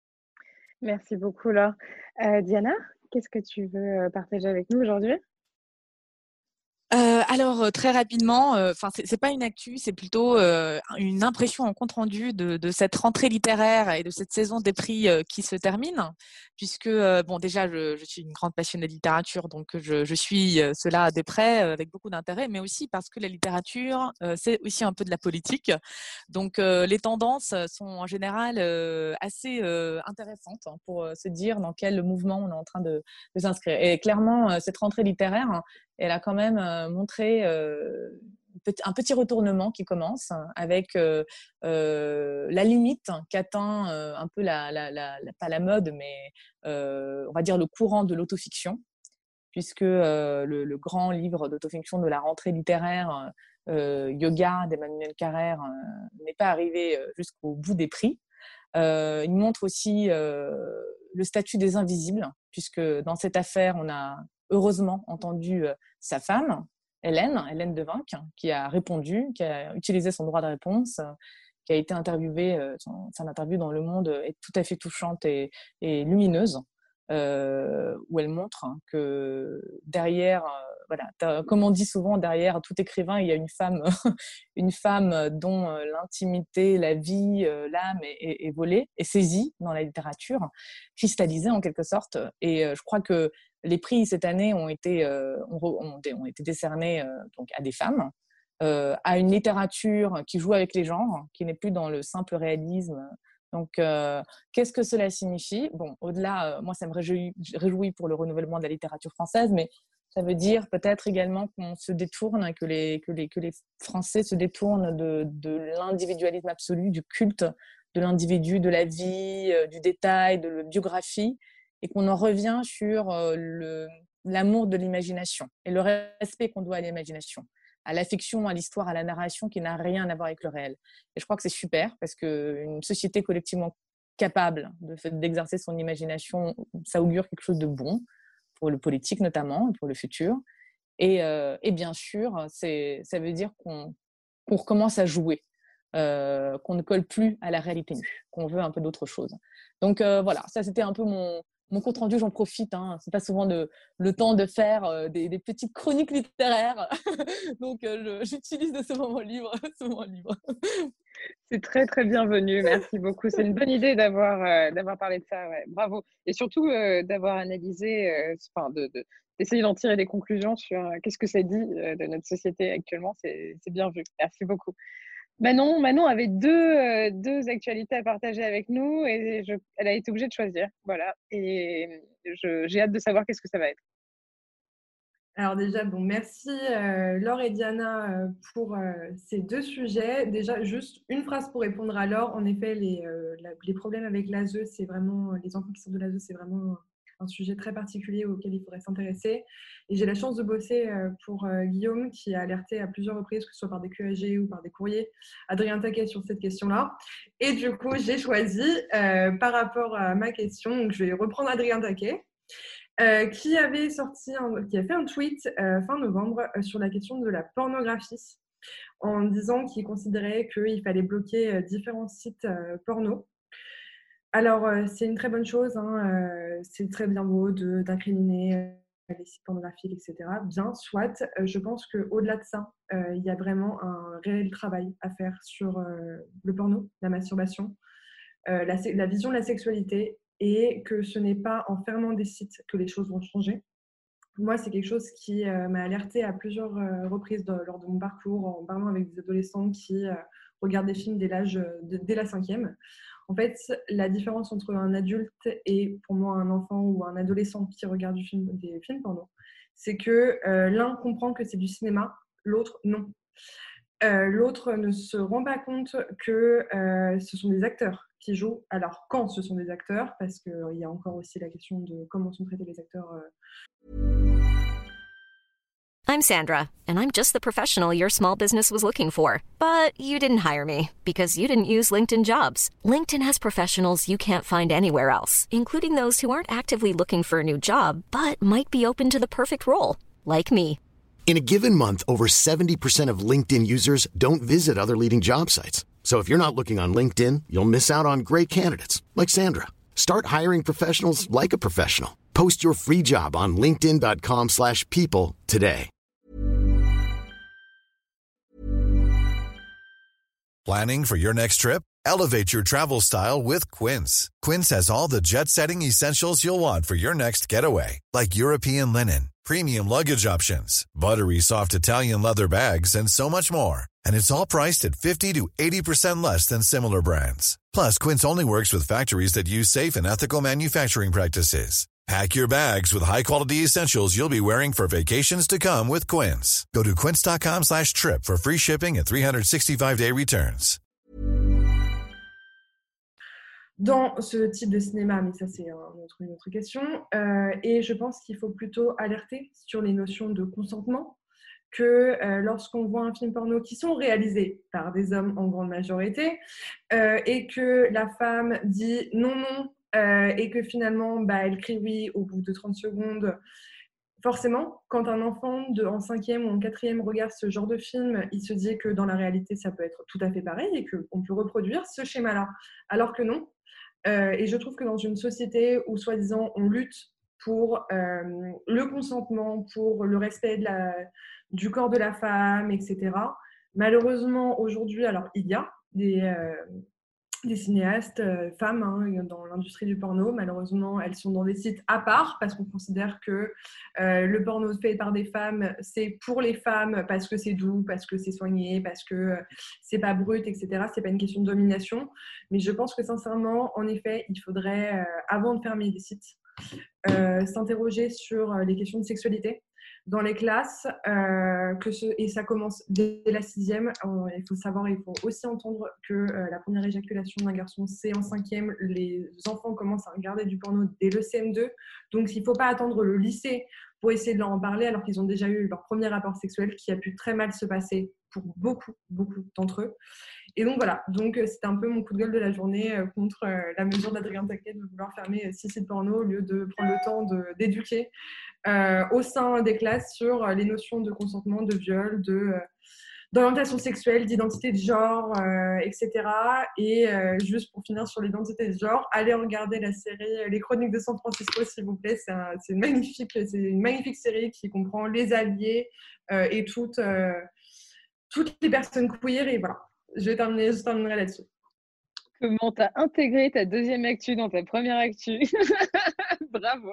Merci beaucoup, Laure. Euh, Diana, qu'est-ce que tu veux partager avec nous aujourd'hui? Euh, alors très rapidement, enfin euh, c'est, c'est pas une actu, c'est plutôt euh, une impression en compte rendu de, de cette rentrée littéraire et de cette saison des prix euh, qui se termine, puisque euh, bon déjà je, je suis une grande passionnée de littérature, donc je, je suis euh, cela de près euh, avec beaucoup d'intérêt, mais aussi parce que la littérature euh, c'est aussi un peu de la politique, donc euh, les tendances sont en général euh, assez euh, intéressantes pour euh, se dire dans quel mouvement on est en train de, de s'inscrire. Et clairement euh, cette rentrée littéraire, elle a quand même euh, montré euh, un petit retournement qui commence avec euh, euh, la limite qu'atteint euh, un peu, la, la, la, la, pas la mode, mais euh, on va dire le courant de l'autofiction, puisque euh, le, le grand livre d'autofiction de la rentrée littéraire, euh, Yoga d'Emmanuel Carrère, euh, n'est pas arrivé jusqu'au bout des prix. Euh, il montre aussi euh, le statut des invisibles, puisque dans cette affaire, on a heureusement entendu euh, sa femme, Hélène, Hélène Devinck, qui a répondu, qui a utilisé son droit de réponse, euh, qui a été interviewée, euh, son, son interview dans Le Monde est tout à fait touchante et, et lumineuse, euh, où elle montre que derrière, euh, voilà, comme on dit souvent, derrière tout écrivain, il y a une femme, une femme dont euh, l'intimité, la vie, euh, l'âme est, est, est volée, est saisie dans la littérature, cristallisée en quelque sorte. Et euh, je crois que les prix cette année ont été, euh, ont, ont, ont été décernés euh, donc à des femmes, euh, à une littérature qui joue avec les genres, qui n'est plus dans le simple réalisme. Donc, euh, qu'est-ce que cela signifie? Bon, au-delà, euh, moi, ça me réjouit, réjouit pour le renouvellement de la littérature française, mais ça veut dire peut-être également qu'on se détourne, que les, que les, que les Français se détournent de, de l'individualisme absolu, du culte de l'individu, de la vie, euh, du détail, de la biographie, et qu'on en revient sur euh, le, l'amour de l'imagination et le respect qu'on doit à l'imagination, à la fiction, à l'histoire, à la narration, qui n'a rien à voir avec le réel. Et je crois que c'est super, parce qu'une société collectivement capable de, d'exercer son imagination, ça augure quelque chose de bon, pour le politique notamment, pour le futur. Et, euh, et bien sûr, c'est, ça veut dire qu'on, qu'on recommence à jouer, euh, qu'on ne colle plus à la réalité nue, qu'on veut un peu d'autre chose. Donc euh, voilà, ça c'était un peu mon, mon compte rendu, j'en profite. Hein. C'est pas souvent le, le temps de faire euh, des, des petites chroniques littéraires. Donc, euh, je, j'utilise de ce moment libre. Ce moment libre. C'est très, très bienvenu. Merci beaucoup. C'est une bonne idée d'avoir, euh, d'avoir parlé de ça. Ouais. Bravo. Et surtout, euh, d'avoir analysé, euh, enfin, de, de, d'essayer d'en tirer des conclusions sur euh, qu'est-ce que ça dit euh, de notre société actuellement. C'est, c'est bien vu. Merci beaucoup. Manon, Manon avait deux, euh, deux actualités à partager avec nous et je, elle a été obligée de choisir. Voilà. Et je, j'ai hâte de savoir qu'est-ce que ça va être. Alors déjà, bon, merci euh, Laure et Diana euh, pour euh, ces deux sujets. Déjà, juste une phrase pour répondre à Laure. En effet, les, euh, la, les problèmes avec l'A S E, c'est vraiment, les enfants qui sortent de l'A S E, c'est vraiment un sujet très particulier auquel il faudrait s'intéresser. Et j'ai la chance de bosser euh, pour euh, Guillaume, qui a alerté à plusieurs reprises, que ce soit par des Q A G ou par des courriers, Adrien Taquet sur cette question-là. Et du coup, j'ai choisi, euh, par rapport à ma question, donc je vais reprendre Adrien Taquet. Euh, qui avait sorti, un, qui a fait un tweet euh, fin novembre euh, sur la question de la pornographie, en disant qu'il considérait qu'il fallait bloquer euh, différents sites euh, porno. Alors, euh, c'est une très bonne chose, hein, euh, c'est très bien beau de, d'incriminer euh, les sites pornographiques, et cetera. Bien, soit. Euh, je pense qu'au-delà de ça, euh, il y a vraiment un réel travail à faire sur euh, le porno, la masturbation, euh, la, la vision de la sexualité, et que ce n'est pas en fermant des sites que les choses vont changer. Moi, c'est quelque chose qui euh, m'a alertée à plusieurs euh, reprises de, lors de mon parcours, en parlant avec des adolescents qui euh, regardent des films dès, l'âge de, dès la cinquième. En fait, la différence entre un adulte et pour moi un enfant ou un adolescent qui regarde du film, des films porno, c'est que euh, l'un comprend que c'est du cinéma, l'autre non. Euh, l'autre ne se rend pas compte que euh, ce sont des acteurs qui jouent. Alors, quand ce sont des acteurs, parce qu'il euh, y a encore aussi la question de comment sont traités les acteurs. Euh... I'm Sandra, and I'm just the professional your small business was looking for. But you didn't hire me, because you didn't use LinkedIn Jobs. LinkedIn has professionals you can't find anywhere else, including those who aren't actively looking for a new job, but might be open to the perfect role, like me. In a given month, over seventy percent of LinkedIn users don't visit other leading job sites. So if you're not looking on LinkedIn, you'll miss out on great candidates like Sandra. Start hiring professionals like a professional. Post your free job on linkedin dot com slash people today. Planning for your next trip? Elevate your travel style with Quince. Quince has all the jet-setting essentials you'll want for your next getaway, like European linen, premium luggage options, buttery soft Italian leather bags, and so much more. And it's all priced at fifty to eighty percent less than similar brands. Plus, Quince only works with factories that use safe and ethical manufacturing practices. Pack your bags with high-quality essentials you'll be wearing for vacations to come with Quince. Go to quince dot com slash trip for free shipping and three sixty-five day returns. Dans ce type de cinéma, mais ça c'est un autre, une autre question, euh, et je pense qu'il faut plutôt alerter sur les notions de consentement, que euh, lorsqu'on voit un film porno qui sont réalisés par des hommes en grande majorité, euh, et que la femme dit non, non, euh, et que finalement bah, elle crie oui au bout de trente secondes, forcément, quand un enfant de, en cinquième ou en quatrième regarde ce genre de film, il se dit que dans la réalité ça peut être tout à fait pareil et qu'on peut reproduire ce schéma-là, alors que non. Euh, et je trouve que dans une société où, soi-disant, on lutte pour euh, le consentement, pour le respect de la, du corps de la femme, et cetera, malheureusement, aujourd'hui, alors il y a des, euh, des cinéastes euh, femmes hein, dans l'industrie du porno. Malheureusement, elles sont dans des sites à part parce qu'on considère que euh, le porno fait par des femmes, c'est pour les femmes parce que c'est doux, parce que c'est soigné, parce que euh, c'est pas brut, et cetera. C'est pas une question de domination. Mais je pense que sincèrement, en effet, il faudrait, euh, avant de fermer des sites, euh, s'interroger sur les questions de sexualité dans les classes, euh, que ce, et ça commence dès la sixième. Euh, il faut savoir, il faut aussi entendre que euh, la première éjaculation d'un garçon, c'est en cinquième. Les enfants commencent à regarder du porno dès le C M deux. Donc, il ne faut pas attendre le lycée pour essayer de leur en parler, alors qu'ils ont déjà eu leur premier rapport sexuel qui a pu très mal se passer pour beaucoup, beaucoup d'entre eux. Et donc, voilà. Donc, c'était un peu mon coup de gueule de la journée euh, contre euh, la mesure d'Adrien Taquet de vouloir fermer six sites porno au lieu de prendre le temps de, d'éduquer Euh, au sein des classes sur les notions de consentement, de viol, de, euh, d'orientation sexuelle, d'identité de genre, euh, et cetera. Et euh, juste pour finir sur l'identité de genre, allez regarder la série Les Chroniques de San Francisco, s'il vous plaît. C'est, un, c'est, une, magnifique, c'est une magnifique série qui comprend les alliés euh, et toutes, euh, toutes les personnes queer. Et voilà, je, vais terminer, je terminerai là-dessus. Comment tu as intégré ta deuxième actu dans ta première actu. Bravo.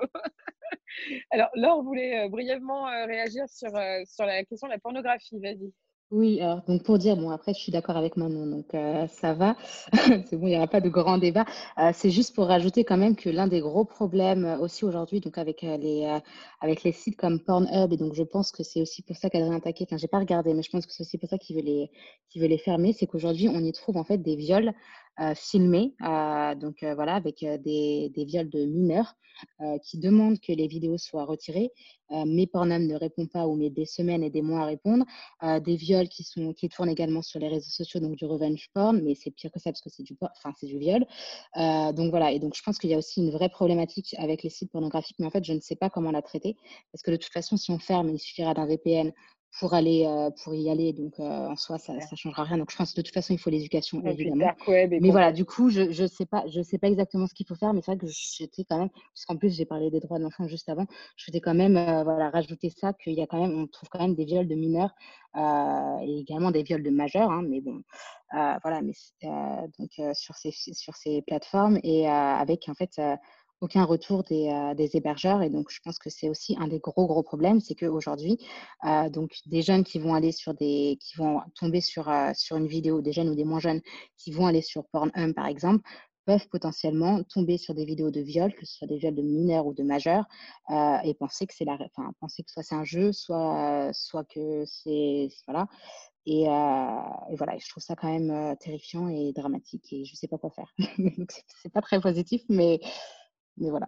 Alors, Laure voulait euh, brièvement euh, réagir sur, euh, sur la question de la pornographie. Vas-y. Oui, alors, donc pour dire, bon, après, je suis d'accord avec Manon, donc euh, ça va. C'est bon, il n'y aura pas de grand débat. Euh, c'est juste pour rajouter quand même que l'un des gros problèmes euh, aussi aujourd'hui, donc avec euh, les, euh, avec les sites comme Pornhub, et donc je pense que c'est aussi pour ça qu'Adrien Taquet, enfin, j'ai pas regardé, mais je pense que c'est aussi pour ça qu'il veut les, qu'il veut les fermer, c'est qu'aujourd'hui, on y trouve en fait des viols euh, filmés, euh, donc euh, voilà, avec euh, des, des viols de mineurs euh, qui demandent que les vidéos soient retirées, euh, mais Pornhub ne répond pas ou met des semaines et des mois à répondre. Euh, des viols qui sont qui tournent également sur les réseaux sociaux, donc du revenge porn, mais c'est pire que ça parce que c'est du enfin c'est du viol. Euh, donc voilà, et donc je pense qu'il y a aussi une vraie problématique avec les sites pornographiques, mais en fait je ne sais pas comment la traiter parce que de toute façon si on ferme, il suffira d'un V P N pour aller euh, pour y aller, donc euh, en soi ça ça changera rien. Donc je pense que de toute façon il faut l'éducation Et évidemment. dark web et Mais voilà, compagnie. du coup je je sais pas je sais pas exactement ce qu'il faut faire, mais c'est vrai que j'étais quand même, puisqu'en plus j'ai parlé des droits de l'enfant juste avant, je voulais quand même euh, voilà rajouter ça qu'il y a quand même on trouve quand même des viols de mineurs euh, et également des viols de majeurs, hein, mais bon euh, voilà, mais euh, donc euh, sur ces sur ces plateformes et euh, avec en fait euh, aucun retour des, euh, des hébergeurs. Et donc, je pense que c'est aussi un des gros, gros problèmes, c'est qu'aujourd'hui, euh, donc, des jeunes qui vont aller sur des, qui vont tomber sur, euh, sur une vidéo, des jeunes ou des moins jeunes qui vont aller sur Pornhub, par exemple, peuvent potentiellement tomber sur des vidéos de viol, que ce soit des viols de mineurs ou de majeurs, euh, et penser que c'est la, enfin, penser que soit c'est un jeu, soit, soit que c'est, voilà. Et, euh, et voilà, et je trouve ça quand même euh, terrifiant et dramatique, et je ne sais pas quoi faire. Donc, c'est, c'est pas très positif, mais Mais voilà.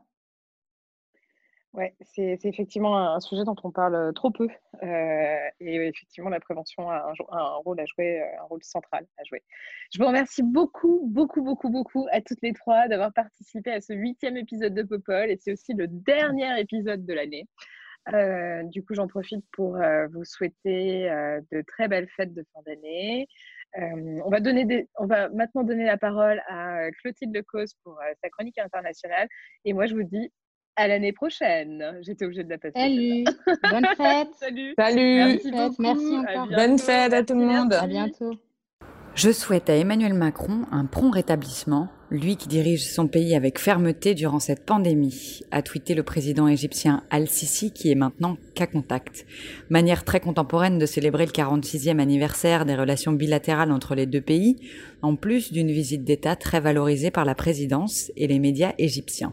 Ouais, c'est, c'est effectivement un sujet dont on parle trop peu. Euh, et effectivement, la prévention a un, un rôle à jouer, un rôle central à jouer. Je vous remercie beaucoup, beaucoup, beaucoup, beaucoup à toutes les trois d'avoir participé à ce huitième épisode de Popol. Et c'est aussi le dernier épisode de l'année. Euh, du coup, j'en profite pour euh, vous souhaiter euh, de très belles fêtes de fin d'année. Euh, on, va donner des, on va maintenant donner la parole à Clotilde Lecause pour euh, sa chronique internationale. Et moi, je vous dis à l'année prochaine. J'étais obligée de la passer. Salut. Bonne fête. Salut. Salut. Merci Bonne fête. beaucoup. Merci À encore. bientôt. Bonne fête à tout le monde. À bientôt. Je souhaite à Emmanuel Macron un prompt rétablissement, lui qui dirige son pays avec fermeté durant cette pandémie, a tweeté le président égyptien Al-Sisi qui est maintenant cas contact. Manière très contemporaine de célébrer le quarante-sixième anniversaire des relations bilatérales entre les deux pays, en plus d'une visite d'État très valorisée par la présidence et les médias égyptiens.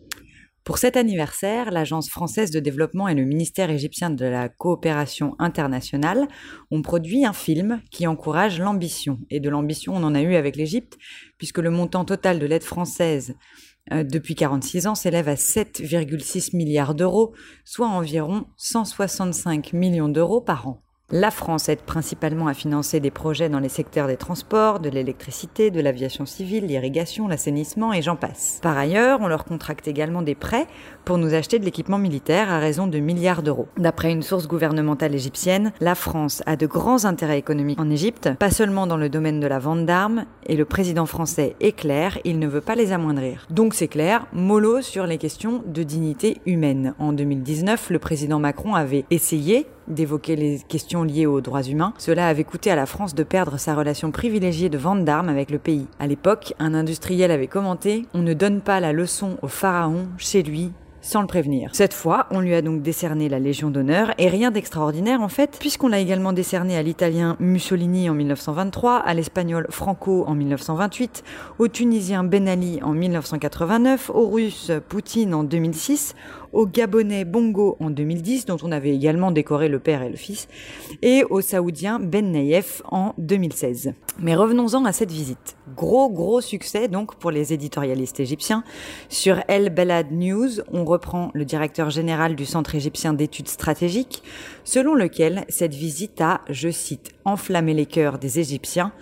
Pour cet anniversaire, l'Agence française de développement et le ministère égyptien de la coopération internationale ont produit un film qui encourage l'ambition. Et de l'ambition, on en a eu avec l'Égypte, puisque le montant total de l'aide française euh, depuis quarante-six ans s'élève à sept virgule six milliards d'euros, soit environ cent soixante-cinq millions d'euros par an. La France aide principalement à financer des projets dans les secteurs des transports, de l'électricité, de l'aviation civile, l'irrigation, l'assainissement et j'en passe. Par ailleurs, on leur contracte également des prêts pour nous acheter de l'équipement militaire à raison de milliards d'euros. D'après une source gouvernementale égyptienne, la France a de grands intérêts économiques en Égypte, pas seulement dans le domaine de la vente d'armes, et le président français est clair, il ne veut pas les amoindrir. Donc c'est clair, mollo sur les questions de dignité humaine. En deux mille dix-neuf, le président Macron avait essayé d'évoquer les questions liées aux droits humains. Cela avait coûté à la France de perdre sa relation privilégiée de vente d'armes avec le pays. À l'époque, un industriel avait commenté « On ne donne pas la leçon au pharaon chez lui ». Sans le prévenir. Cette fois, on lui a donc décerné la Légion d'honneur, et rien d'extraordinaire en fait, puisqu'on l'a également décerné à l'italien Mussolini en mille neuf cent vingt-trois, à l'espagnol Franco en mille neuf cent vingt-huit, au tunisien Ben Ali en mille neuf cent quatre-vingt-neuf, au russe Poutine en deux mille six, au gabonais Bongo en deux mille dix, dont on avait également décoré le père et le fils, et au saoudien Ben Nayef en deux mille seize. Mais revenons-en à cette visite. Gros gros succès donc pour les éditorialistes égyptiens. Sur El Belad News, on reprend le directeur général du Centre égyptien d'études stratégiques, selon lequel cette visite a, je cite, enflammé les cœurs des Égyptiens,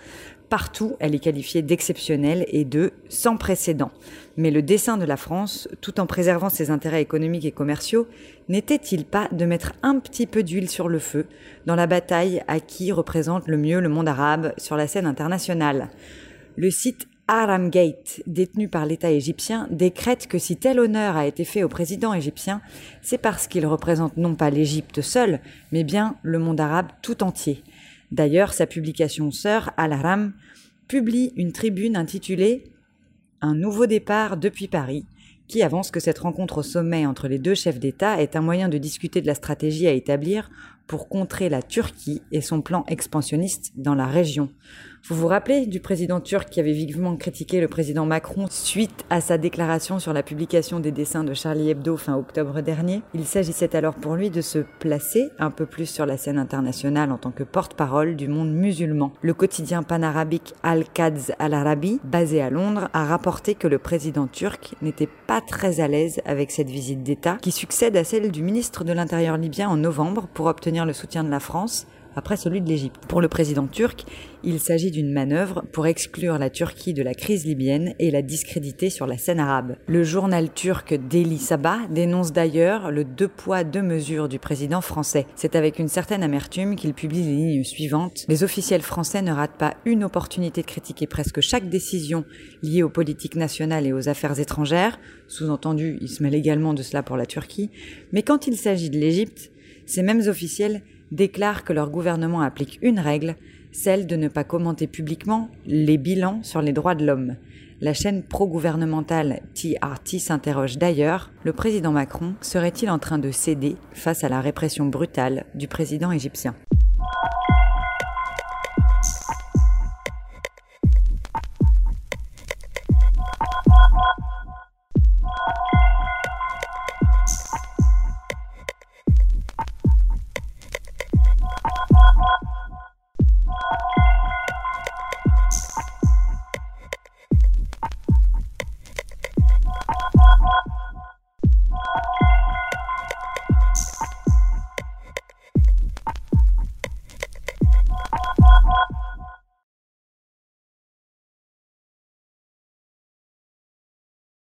Partout, elle est qualifiée d'exceptionnelle et de sans précédent. Mais le dessein de la France, tout en préservant ses intérêts économiques et commerciaux, n'était-il pas de mettre un petit peu d'huile sur le feu dans la bataille à qui représente le mieux le monde arabe sur la scène internationale ? Le site Haram Gate, détenu par l'État égyptien, décrète que si tel honneur a été fait au président égyptien, c'est parce qu'il représente non pas l'Égypte seule, mais bien le monde arabe tout entier. D'ailleurs, sa publication sœur, Al-Haram, publie une tribune intitulée « Un nouveau départ depuis Paris », qui avance que cette rencontre au sommet entre les deux chefs d'État est un moyen de discuter de la stratégie à établir pour contrer la Turquie et son plan expansionniste dans la région. Vous vous rappelez du président turc qui avait vivement critiqué le président Macron suite à sa déclaration sur la publication des dessins de Charlie Hebdo fin octobre dernier ? Il s'agissait alors pour lui de se placer un peu plus sur la scène internationale en tant que porte-parole du monde musulman. Le quotidien panarabique Al-Quds Al-Arabi, basé à Londres, a rapporté que le président turc n'était pas très à l'aise avec cette visite d'État qui succède à celle du ministre de l'Intérieur libyen en novembre pour obtenir le soutien de la France après celui de l'Égypte. Pour le président turc, il s'agit d'une manœuvre pour exclure la Turquie de la crise libyenne et la discréditer sur la scène arabe. Le journal turc Daily Sabah dénonce d'ailleurs le deux poids deux mesures du président français. C'est avec une certaine amertume qu'il publie les lignes suivantes. Les officiels français ne ratent pas une opportunité de critiquer presque chaque décision liée aux politiques nationales et aux affaires étrangères. Sous-entendu, ils se mêlent également de cela pour la Turquie. Mais quand il s'agit de l'Égypte, ces mêmes officiels déclarent que leur gouvernement applique une règle, celle de ne pas commenter publiquement les bilans sur les droits de l'homme. La chaîne pro-gouvernementale T R T s'interroge d'ailleurs, le président Macron serait-il en train de céder face à la répression brutale du président égyptien ?